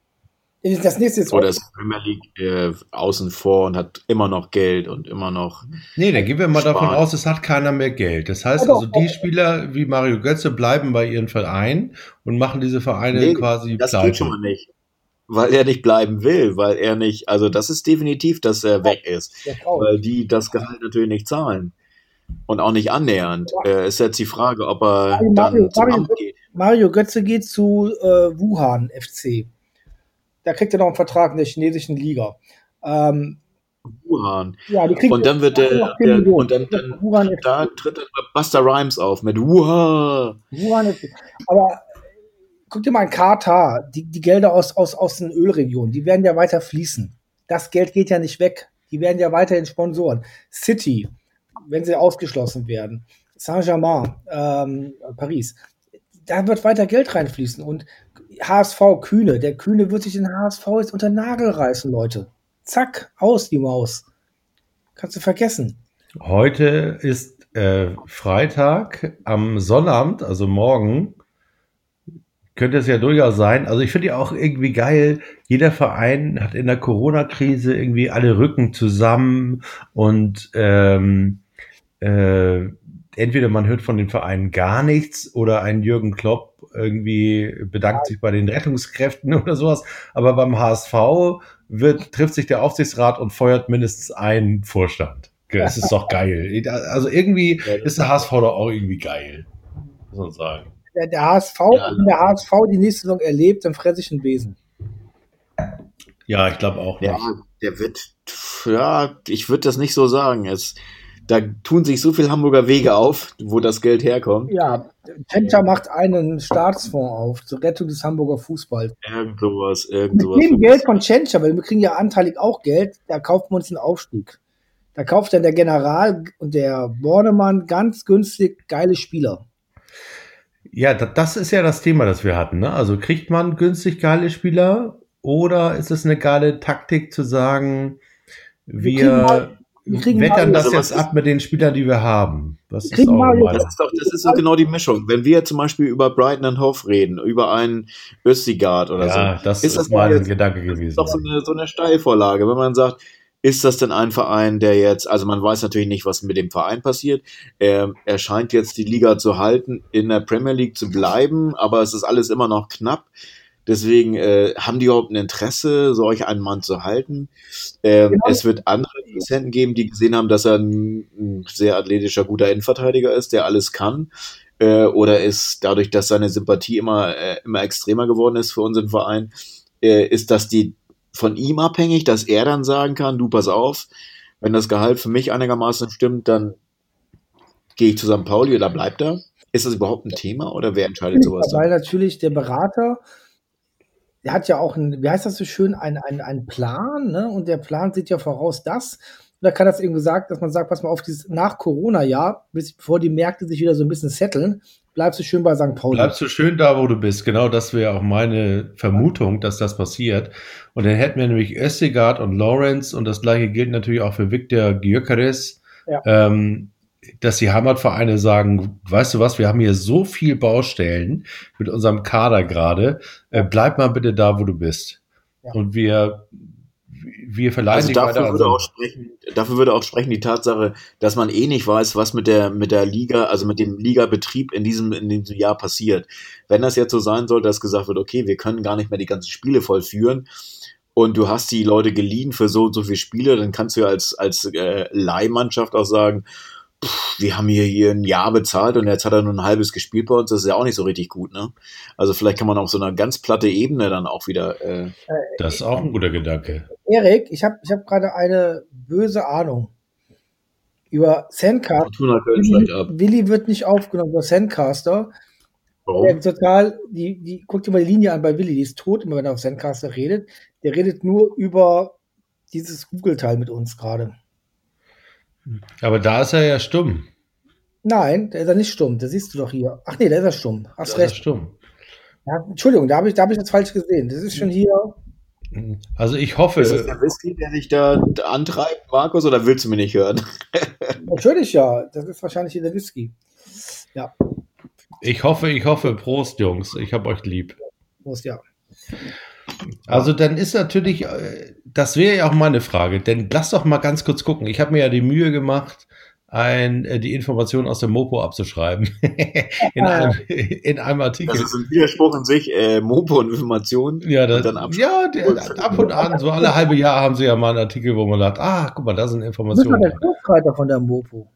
Das nächste ist oder ist die Premier League äh, außen vor und hat immer noch Geld und immer noch... Nee, dann gehen wir mal davon Sparen. aus, es hat keiner mehr Geld. Das heißt Aber- also, die Spieler wie Mario Götze bleiben bei ihren Vereinen und machen diese Vereine Nee, quasi das pleite. geht schon mal nicht. Weil er nicht bleiben will, weil er nicht, also das ist definitiv, dass er weg ist. der Frau. Weil die das Gehalt natürlich nicht zahlen. Und auch nicht annähernd. Äh, ist jetzt die Frage, ob er Mario- dann zum Mario- Amt geht. Mario Götze geht zu äh, Wuhan F C. Da kriegt er noch einen Vertrag in der chinesischen Liga. Ähm, Wuhan. ja, die kriegt Und dann wird der, noch zehn der Millionen. und dann, dann Wuhan F C. da tritt dann Buster Rhymes auf mit Wuhan. Wuhan F C. Aber guck dir mal an Katar, die, die Gelder aus, aus, aus den Ölregionen, die werden ja weiter fließen. Das Geld geht ja nicht weg. Die werden ja weiterhin Sponsoren. City, wenn sie ausgeschlossen werden. Saint-Germain, ähm, Paris. Da wird weiter Geld reinfließen. Und H S V Kühne, der Kühne wird sich den H S V jetzt unter den Nagel reißen, Leute. Zack, aus die Maus. Kannst du vergessen. Heute ist äh, Freitag, am Sonnabend, also morgen, könnte es ja durchaus sein. Also ich finde ja auch irgendwie geil, jeder Verein hat in der Corona-Krise irgendwie alle Rücken zusammen und ähm, äh, entweder man hört von den Vereinen gar nichts oder ein Jürgen Klopp irgendwie bedankt sich bei den Rettungskräften oder sowas. Aber beim H S V wird, trifft sich der Aufsichtsrat und feuert mindestens einen Vorstand. Das ist doch geil. Also irgendwie ist der H S V doch auch irgendwie geil, muss man sagen. Der, der H S V, Ja, wenn der H S V die nächste Saison erlebt, dann fresse ich einen Besen. Ja, ich glaube auch nicht. Ja, der wird, ja, ich würde das nicht so sagen. Es, da tun sich so viele Hamburger Wege auf, wo das Geld herkommt. Ja, Tschentscher macht einen Staatsfonds auf zur Rettung des Hamburger Fußballs. Irgend sowas, irgend Mit sowas. dem Geld von Tschentscher, weil wir kriegen ja anteilig auch Geld, da kaufen wir uns einen Aufstieg. Da kauft dann der General und der Bornemann ganz günstig geile Spieler. Ja, da- das ist ja das Thema, das wir hatten. Ne? Also kriegt man günstig geile Spieler oder ist es eine geile Taktik zu sagen, Wir kriegen wir, mal- wir kriegen wettern mal- das Also jetzt was ist- ab mit den Spielern, die wir haben? Was Wir ist kriegen eure mal- Meinung? Das ist doch, das ist doch genau die Mischung. Wenn wir zum Beispiel über Brighton and Hove reden, über einen Östigard oder Ja, so, das ist ist, das mal doch ein jetzt- Gedanke das gewesen. ist doch so eine, so eine Steilvorlage, wenn man sagt, ist das denn ein Verein, der jetzt, also man weiß natürlich nicht, was mit dem Verein passiert. Er, er scheint jetzt die Liga zu halten, in der Premier League zu bleiben, aber es ist alles immer noch knapp. Deswegen äh, haben die überhaupt ein Interesse, solch einen Mann zu halten. Ähm, Genau. Es wird andere Interessenten geben, die gesehen haben, dass er ein, ein sehr athletischer, guter Innenverteidiger ist, der alles kann. Äh, oder ist dadurch, dass seine Sympathie immer, äh, immer extremer geworden ist für unseren Verein, äh, ist das die von ihm abhängig, dass er dann sagen kann, du pass auf, wenn das Gehalt für mich einigermaßen stimmt, dann gehe ich zu Sankt Pauli oder bleibt er? Ist das überhaupt ein Thema oder wer entscheidet sowas dann? Weil natürlich der Berater, der hat ja auch ein, wie heißt das so schön, einen ein Plan, ne? Und der Plan sieht ja voraus, dass, und da kann das eben gesagt, dass man sagt, pass mal auf, dieses nach Corona-Jahr, bis, bevor die Märkte sich wieder so ein bisschen setteln, bleibst du schön bei Sankt Pauli. Bleibst du schön da, wo du bist. Genau, das wäre auch meine Vermutung, dass das passiert. Und dann hätten wir nämlich Östigard und Lawrence und das gleiche gilt natürlich auch für Viktor Gyökeres, Ja. ähm, dass die Heimatvereine sagen, weißt du was, wir haben hier so viel Baustellen mit unserem Kader gerade, äh, bleib mal bitte da, wo du bist. Ja. Und wir, wir verleihen Also die dafür weiter an würde, so- auch sprechen, dafür würde auch sprechen die Tatsache, dass man eh nicht weiß, was mit der, mit der Liga, also mit dem Ligabetrieb in diesem, in diesem Jahr passiert. Wenn das jetzt so sein sollte, dass gesagt wird, okay, wir können gar nicht mehr die ganzen Spiele vollführen und du hast die Leute geliehen für so und so viele Spiele, dann kannst du ja als, als äh, Leihmannschaft auch sagen, pff, wir haben hier, hier ein Jahr bezahlt und jetzt hat er nur ein halbes gespielt bei uns, das ist ja auch nicht so richtig gut, ne? Also vielleicht kann man auf so einer ganz platte Ebene dann auch wieder äh, Das ist auch ein guter Gedanke. Erik, ich habe ich hab gerade eine böse Ahnung über Sandcaster. Fortuna Köln steigt ab. Willi wird nicht aufgenommen über Sandcaster. Der Warum? total, die, die, guck dir mal die Linie an bei Willi, die ist tot, immer wenn er auf Sandcaster redet. Der redet nur über dieses Google-Teil mit uns gerade. Aber da ist er ja stumm. Nein, der ist ja nicht stumm, das siehst du doch hier. Ach nee, der ist ja stumm. Hast Da ist er recht. stumm. Ja, Entschuldigung, da habe ich, da hab ich das falsch gesehen. Das ist schon hier. Also ich hoffe, Ist das der Whisky, der sich da antreibt, Markus, oder willst du mich nicht hören? Natürlich ja, das ist wahrscheinlich hier der Whisky. Ja, ich hoffe, ich hoffe, Prost, Jungs. Ich hab euch lieb. Prost, ja. Also dann ist natürlich, äh, das wäre ja auch meine Frage, denn lass doch mal ganz kurz gucken. Ich habe mir ja die Mühe gemacht, ein, äh, die Informationen aus dem Mopo abzuschreiben. in, einem, in einem Artikel. Das ist ein Widerspruch in sich, äh, Mopo und Information. Ja, das, und dann absch- ja der, ab und an, so alle halbe Jahr haben sie ja mal einen Artikel, wo man sagt, ah, guck mal, da sind Du bist doch Informationen. der drin. Ghostwriter von der Mopo.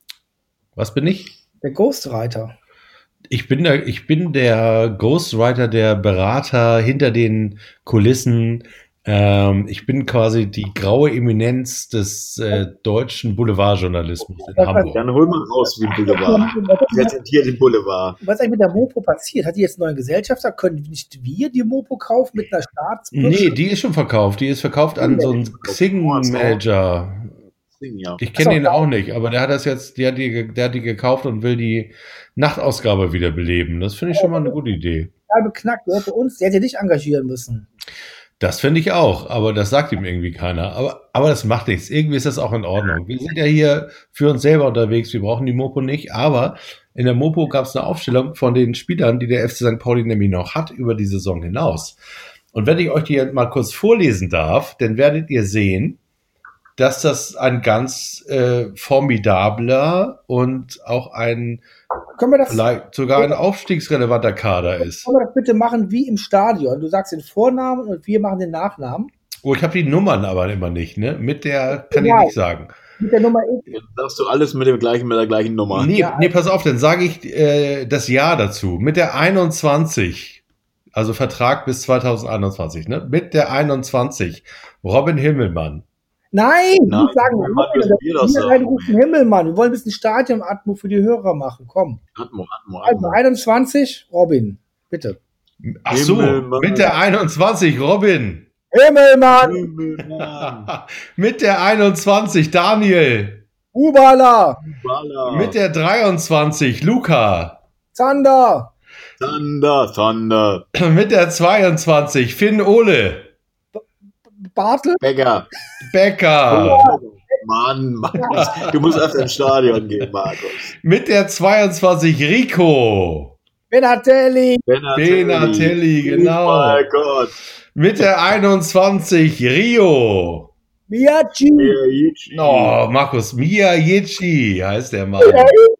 Was bin ich? Der Ghostwriter. Ich bin der, ich bin der Ghostwriter, der Berater hinter den Kulissen. Ähm, ich bin quasi die graue Eminenz des äh, deutschen Boulevardjournalismus in Hamburg. Dann hol mal raus wie ein Boulevard. Präsentiert den Boulevard. Was ist eigentlich mit der Mopo passiert? Hat die jetzt einen neuen Gesellschafter? Können nicht wir die Mopo kaufen mit einer Staatsbürgschaft? Nee, die ist schon verkauft. Die ist verkauft an so einen Xing-Manager. Ja. Ich kenne Ach so. den auch nicht, aber der hat das jetzt, der hat, die, ge- der hat die gekauft und will die Nachtausgabe wieder beleben. Das finde ich schon mal eine gute Idee. Total beknackt. Der hätte uns, der hätte dich engagieren müssen. Das finde ich auch, aber das sagt ihm irgendwie keiner. Aber, aber das macht nichts. Irgendwie ist das auch in Ordnung. Wir sind ja hier für uns selber unterwegs. Wir brauchen die Mopo nicht. Aber in der Mopo gab es eine Aufstellung von den Spielern, die der F C Sankt Pauli nämlich noch hat über die Saison hinaus. Und wenn ich euch die jetzt mal kurz vorlesen darf, dann werdet ihr sehen, dass das ein ganz äh, formidabler und auch ein Können wir das, vielleicht sogar ein aufstiegsrelevanter Kader ist. können wir das bitte machen wie im Stadion? Du sagst den Vornamen und wir machen den Nachnamen. Oh, ich habe die Nummern aber immer nicht, ne? Mit der kann ich Ja. nicht sagen. Mit der Nummer X. Jetzt sagst du alles mit dem gleichen, mit der gleichen Nummer. Nee, Ja. nee, pass auf, dann sage ich äh, das Jahr dazu. Mit der einundzwanzig, also Vertrag bis zweitausendeinundzwanzig, ne? Mit der einundzwanzig, Robin Himmelmann. Nein, Nein, nicht sagen. Himmelmann müssen wir das Wir sagen. reinrufen Himmelmann. Wir wollen ein bisschen Stadion-Atmo für die Hörer machen. Komm. Atmo, Atmo, Also Atmo. einundzwanzig, Robin. Bitte. Ach so, Himmelmann. mit der einundzwanzig, Robin. Himmelmann, Himmelmann. Mit der einundzwanzig, Daniel. Hubala, Baller. Mit der dreiundzwanzig, Luca. Zander, Thunder, Thunder. Mit der zweiundzwanzig, Finn Ole. Bartel, Becker. Becker. Mann, Markus. Du musst öfter ins Stadion gehen, Markus. Mit der zweiundzwanzig, Rico. Benatelli, Benatelli, genau. Oh mein Gott. Mit der einundzwanzig, Rio. Miyachi, Oh, Markus, Miyagichi heißt der Mann.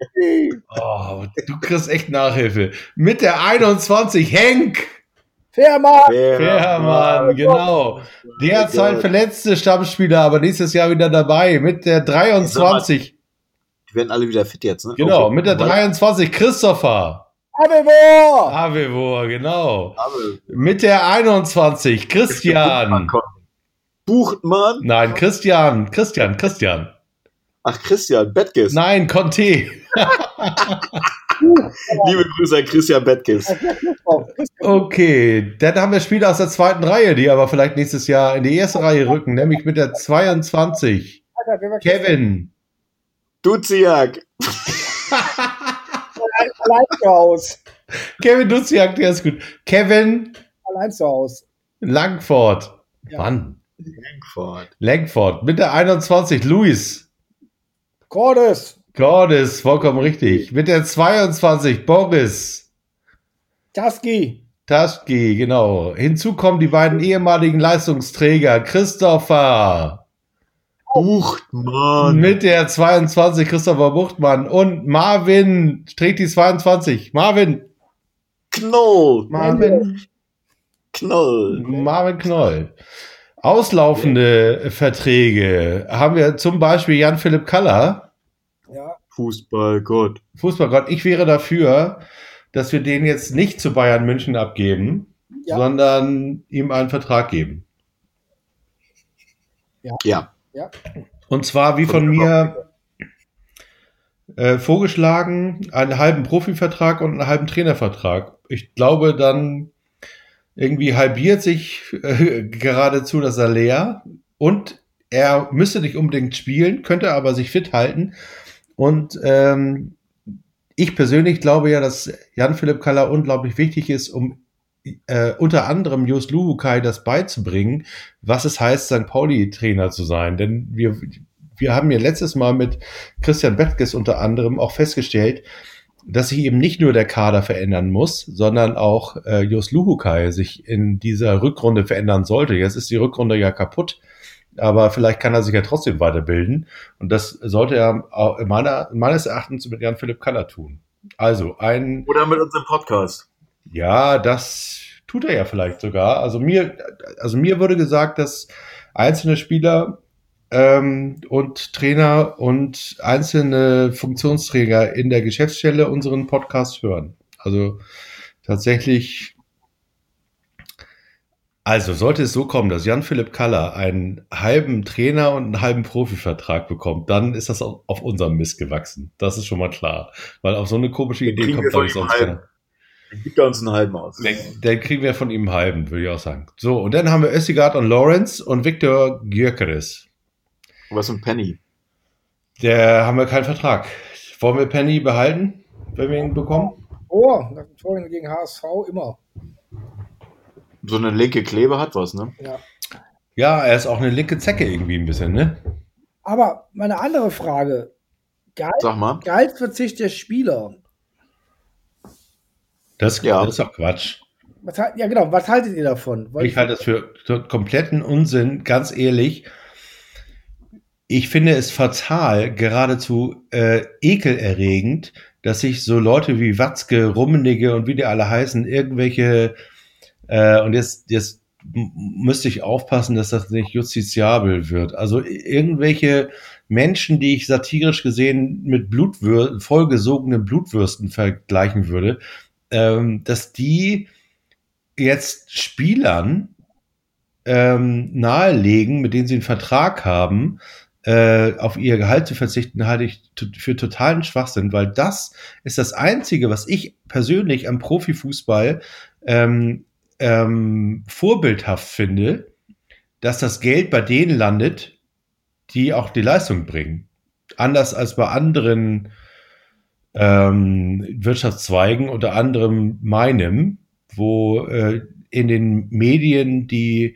Oh, du kriegst echt Nachhilfe. Mit der einundzwanzig, Henk. Firma, Fährmann, genau. Derzeit verletzte Stammspieler, aber nächstes Jahr wieder dabei. Mit der dreiundzwanzig, Die werden alle wieder fit jetzt, ne? genau, Okay. mit der dreiundzwanzig, Christopher. Abevor, Avevor, genau. Aber Mit der einundzwanzig, Christian. Buchtmann. Nein, Christian, Christian, Christian. Ach, Christian Bettges. Nein, Conte. Liebe Grüße an Christian Bettges. Okay, dann haben wir Spieler aus der zweiten Reihe, die aber vielleicht nächstes Jahr in die erste Reihe rücken, nämlich mit der zweiundzwanzig. Kevin. Duziak. Allein zu Haus. Kevin Duziak, der ist gut. Kevin Allein zu Haus. Langford. Ja. Mann. Frankfurt. Langford. Mit der einundzwanzig, Luis. Cordes, Cordes, vollkommen richtig. Mit der zweiundzwanzig, Boris. Taski, Taschki, genau. Hinzu kommen die beiden ehemaligen Leistungsträger Christopher Buchtmann. mit der zweiundzwanzig, Christopher Buchtmann und Marvin, trägt die zweiundzwanzig. Marvin. Knoll. Marvin. Knoll. Marvin Knoll. Auslaufende Verträge haben wir zum Beispiel Jan-Philipp Kaller. Ja. Fußballgott. Fußballgott. Ich wäre dafür, dass wir den jetzt nicht zu Bayern München abgeben, Ja. sondern ihm einen Vertrag geben. Ja. Ja. Und zwar wie von mir äh, vorgeschlagen, einen halben Profivertrag und einen halben Trainervertrag. Ich glaube, dann irgendwie halbiert sich äh, geradezu das Salär und er müsste nicht unbedingt spielen, könnte aber sich fit halten. Und ähm, ich persönlich glaube ja, dass Jan-Philipp Kaller unglaublich wichtig ist, um äh, unter anderem Jos Luhukai das beizubringen, was es heißt, Sankt Pauli-Trainer zu sein. Denn wir, wir haben ja letztes Mal mit Christian Bettges unter anderem auch festgestellt, dass sich eben nicht nur der Kader verändern muss, sondern auch äh, Jos Luhukai sich in dieser Rückrunde verändern sollte. Jetzt ist die Rückrunde ja kaputt, aber vielleicht kann er sich ja trotzdem weiterbilden. Und das sollte er auch meiner, meines Erachtens mit Jan-Philipp Kaller tun. Also ein... Oder mit unserem Podcast. Ja, das tut er ja vielleicht sogar. Also mir, also mir wurde gesagt, dass einzelne Spieler ähm, und Trainer und einzelne Funktionsträger in der Geschäftsstelle unseren Podcast hören. Also tatsächlich, also sollte es so kommen, dass Jan-Philipp Kaller einen halben Trainer und einen halben Profivertrag bekommt, dann ist das auf auf unserem Mist gewachsen. Das ist schon mal klar. Weil auf so eine komische Den Idee kriegen kommt, wir glaube von ich, ihm sonst halben. keiner. Dann gibt er uns einen halben aus. Den, den kriegen wir von ihm einen halben, würde ich auch sagen. So, und dann haben wir Östigard und Lawrence und Viktor Gyökeres. Was ein Penny. Der haben wir keinen Vertrag. Wollen wir Penny behalten, wenn wir ihn bekommen? Oh, nach dem Tor gegen H S V immer. So eine linke Klebe hat was, ne? Ja. Ja, er ist auch eine linke Zecke irgendwie ein bisschen, ne? Aber meine andere Frage. Gehalt, Sag mal. Gehaltsverzicht der Spieler. Das, Ja. das ist doch Quatsch. Was, halt- ja, genau. Was haltet ihr davon? Weil Ich halte das für to- kompletten Unsinn, ganz ehrlich. Ich finde es fatal, geradezu äh, ekelerregend, dass sich so Leute wie Watzke, Rummenigge und wie die alle heißen, irgendwelche, äh, und jetzt, jetzt m- müsste ich aufpassen, dass das nicht justiziabel wird. Also irgendwelche Menschen, die ich satirisch gesehen mit Blutwür vollgesogenen Blutwürsten vergleichen würde, ähm, dass die jetzt Spielern ähm, nahelegen, mit denen sie einen Vertrag haben, äh, auf ihr Gehalt zu verzichten, halte ich t- für totalen Schwachsinn, weil das ist das Einzige, was ich persönlich am Profifußball ähm, ähm, vorbildhaft finde, dass das Geld bei denen landet, die auch die Leistung bringen. Anders als bei anderen ähm, Wirtschaftszweigen, unter anderem meinem, wo äh, in den Medien die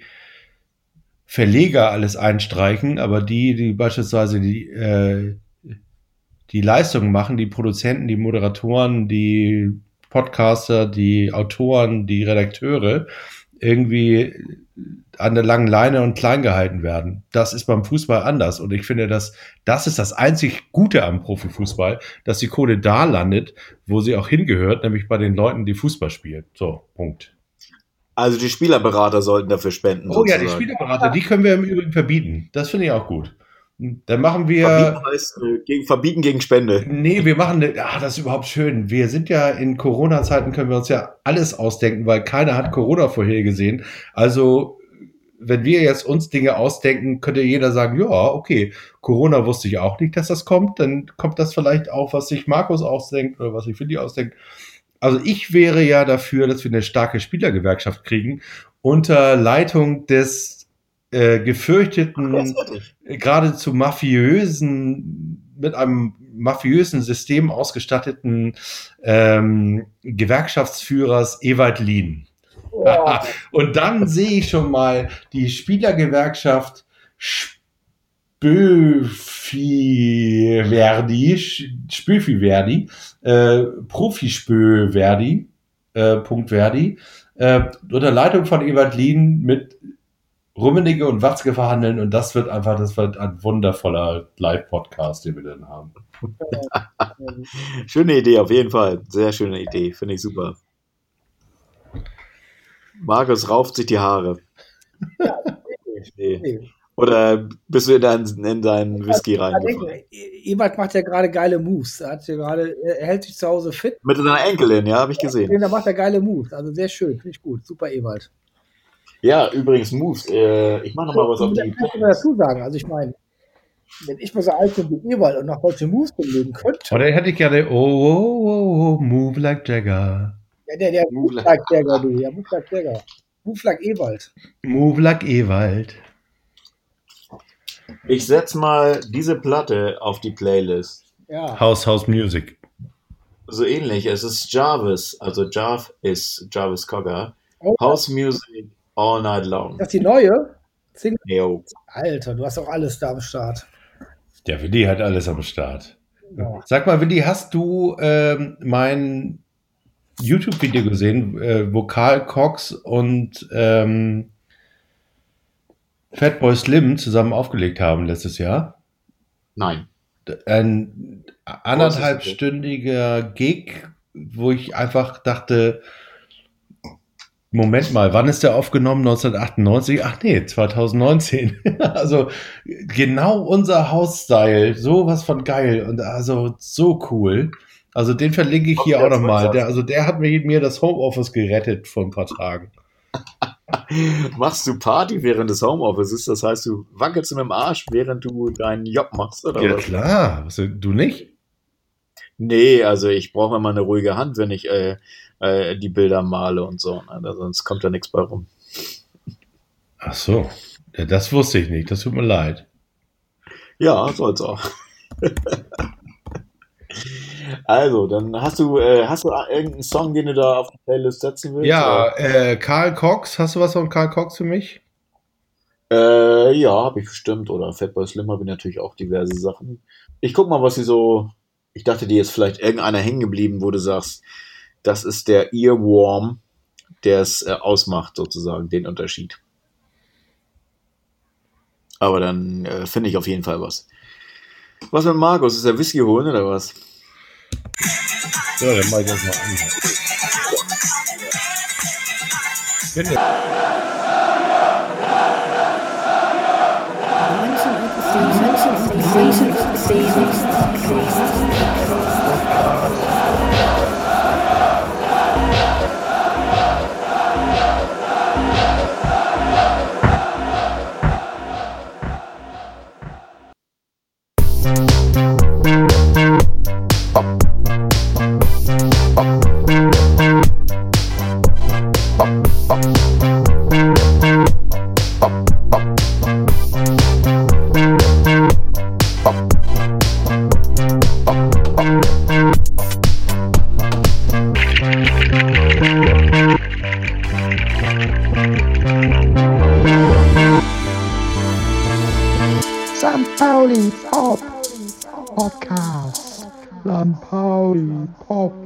Verleger alles einstreichen, aber die, die beispielsweise die, äh, die Leistungen machen, die Produzenten, die Moderatoren, die Podcaster, die Autoren, die Redakteure, irgendwie an der langen Leine und klein gehalten werden. Das ist beim Fußball anders. Und ich finde, dass das ist das einzig Gute am Profifußball, dass die Kohle da landet, wo sie auch hingehört, nämlich bei den Leuten, die Fußball spielen. So, Punkt. Also die Spielerberater sollten dafür spenden. Oh ja, die sozusagen. Spielerberater, die können wir im Übrigen verbieten. Das finde ich auch gut. Dann machen wir... Verbieten heißt äh, gegen, verbieten gegen Spende. Nee, wir machen, eine, ah, das ist überhaupt schön. Wir sind ja in Corona-Zeiten, können wir uns ja alles ausdenken, weil keiner hat Corona vorhergesehen. Also, wenn wir jetzt uns Dinge ausdenken, könnte jeder sagen, ja, okay, Corona wusste ich auch nicht, dass das kommt. Dann kommt das vielleicht auch, was sich Markus ausdenkt oder was sich Willi ausdenkt. Also ich wäre ja dafür, dass wir eine starke Spielergewerkschaft kriegen, unter Leitung des äh, gefürchteten, Großartig. geradezu mafiösen, mit einem mafiösen System ausgestatteten ähm, Gewerkschaftsführers Ewald Lien. Oh, Und dann sehe ich schon mal die Spielergewerkschaft Spöfi Verdi, Spöfi Verdi, äh, Profispö Verdi, äh, Punkt Verdi, äh, unter Leitung von Ewald Lien mit Rummenigge und Watzke verhandeln und das wird einfach, das wird ein wundervoller Live-Podcast, den wir dann haben. Schöne Idee, auf jeden Fall. Sehr schöne Idee, finde ich super. Markus rauft sich die Haare. Ja, Nee. nee. Oder bist du in deinen, in deinen Whisky Ja, reingefallen? denke, E- Ewald macht ja gerade geile Moves. Er, hat ja gerade, er hält sich zu Hause fit. Mit seiner Enkelin, ja, habe ich gesehen. Da macht er geile Moves. Also sehr schön, finde ich gut. Super, Ewald. Ja, übrigens, Moves. Äh, ich mache nochmal was auf Das die. muss man dazu sagen. Also ich meine, wenn ich mal so alt bin wie Ewald und noch solche Moves belegen könnte, Oder hätte ich gerne, oh, oh, oh, oh, move like Jagger. ja, der, der Move Move like Jagger, du. Ja, Move like Jagger. Move like Ewald. Move like Ewald. Ich setz mal diese Platte auf die Playlist. Ja. House, House Music. So ähnlich. Es ist Jarvis, also Jarv ist Jarvis Cocker. Oh, House Music all night long. das ist die neue Single. Yo. Alter, du hast auch alles da am Start. Der Willi hat alles am Start. Ja. Sag mal, Willi, hast du ähm, mein YouTube-Video gesehen, äh, wo Karl Cox und ähm, Fatboy Slim zusammen aufgelegt haben letztes Jahr? Nein. Ein anderthalbstündiger Gig, wo ich einfach dachte, Moment mal, wann ist der aufgenommen? neunzehnhundertachtundneunzig? Ach nee, zweitausendneunzehn. Also genau unser House-Style, sowas von geil und also so cool. Also den verlinke ich hier Okay, auch nochmal. das Der, also der hat mir, mir das Homeoffice gerettet vor ein paar Tagen. Machst du Party während des Homeoffices? Das heißt, du wackelst mit dem Arsch, während du deinen Job machst, oder Ja was? klar, was, du nicht? Nee, also ich brauche immer eine ruhige Hand, wenn ich äh, äh, die Bilder male und so. Ne? Sonst kommt da nichts bei rum. Ach so, ja, das wusste ich nicht, das tut mir leid. Ja, soll's auch. Also, dann hast du, äh, hast du irgendeinen Song, den du da auf die Playlist setzen willst? Ja, äh, Karl Cox, hast du was von Karl Cox für mich? Oder? Äh, ja, habe ich bestimmt. Oder Fatboy Slim habe ich natürlich auch diverse Sachen. Ich guck mal, was sie so. Ich dachte, dir ist vielleicht irgendeiner hängen geblieben, wo du sagst, das ist der Earworm, der es äh, ausmacht, sozusagen, den Unterschied. Aber dann äh, finde ich auf jeden Fall was. Was mit Markus? Ist der Whisky holen oder was? So, dann mach ich das mal an. Bitte. Sankt Pauli Pop Podcast. Sankt Pauli Pop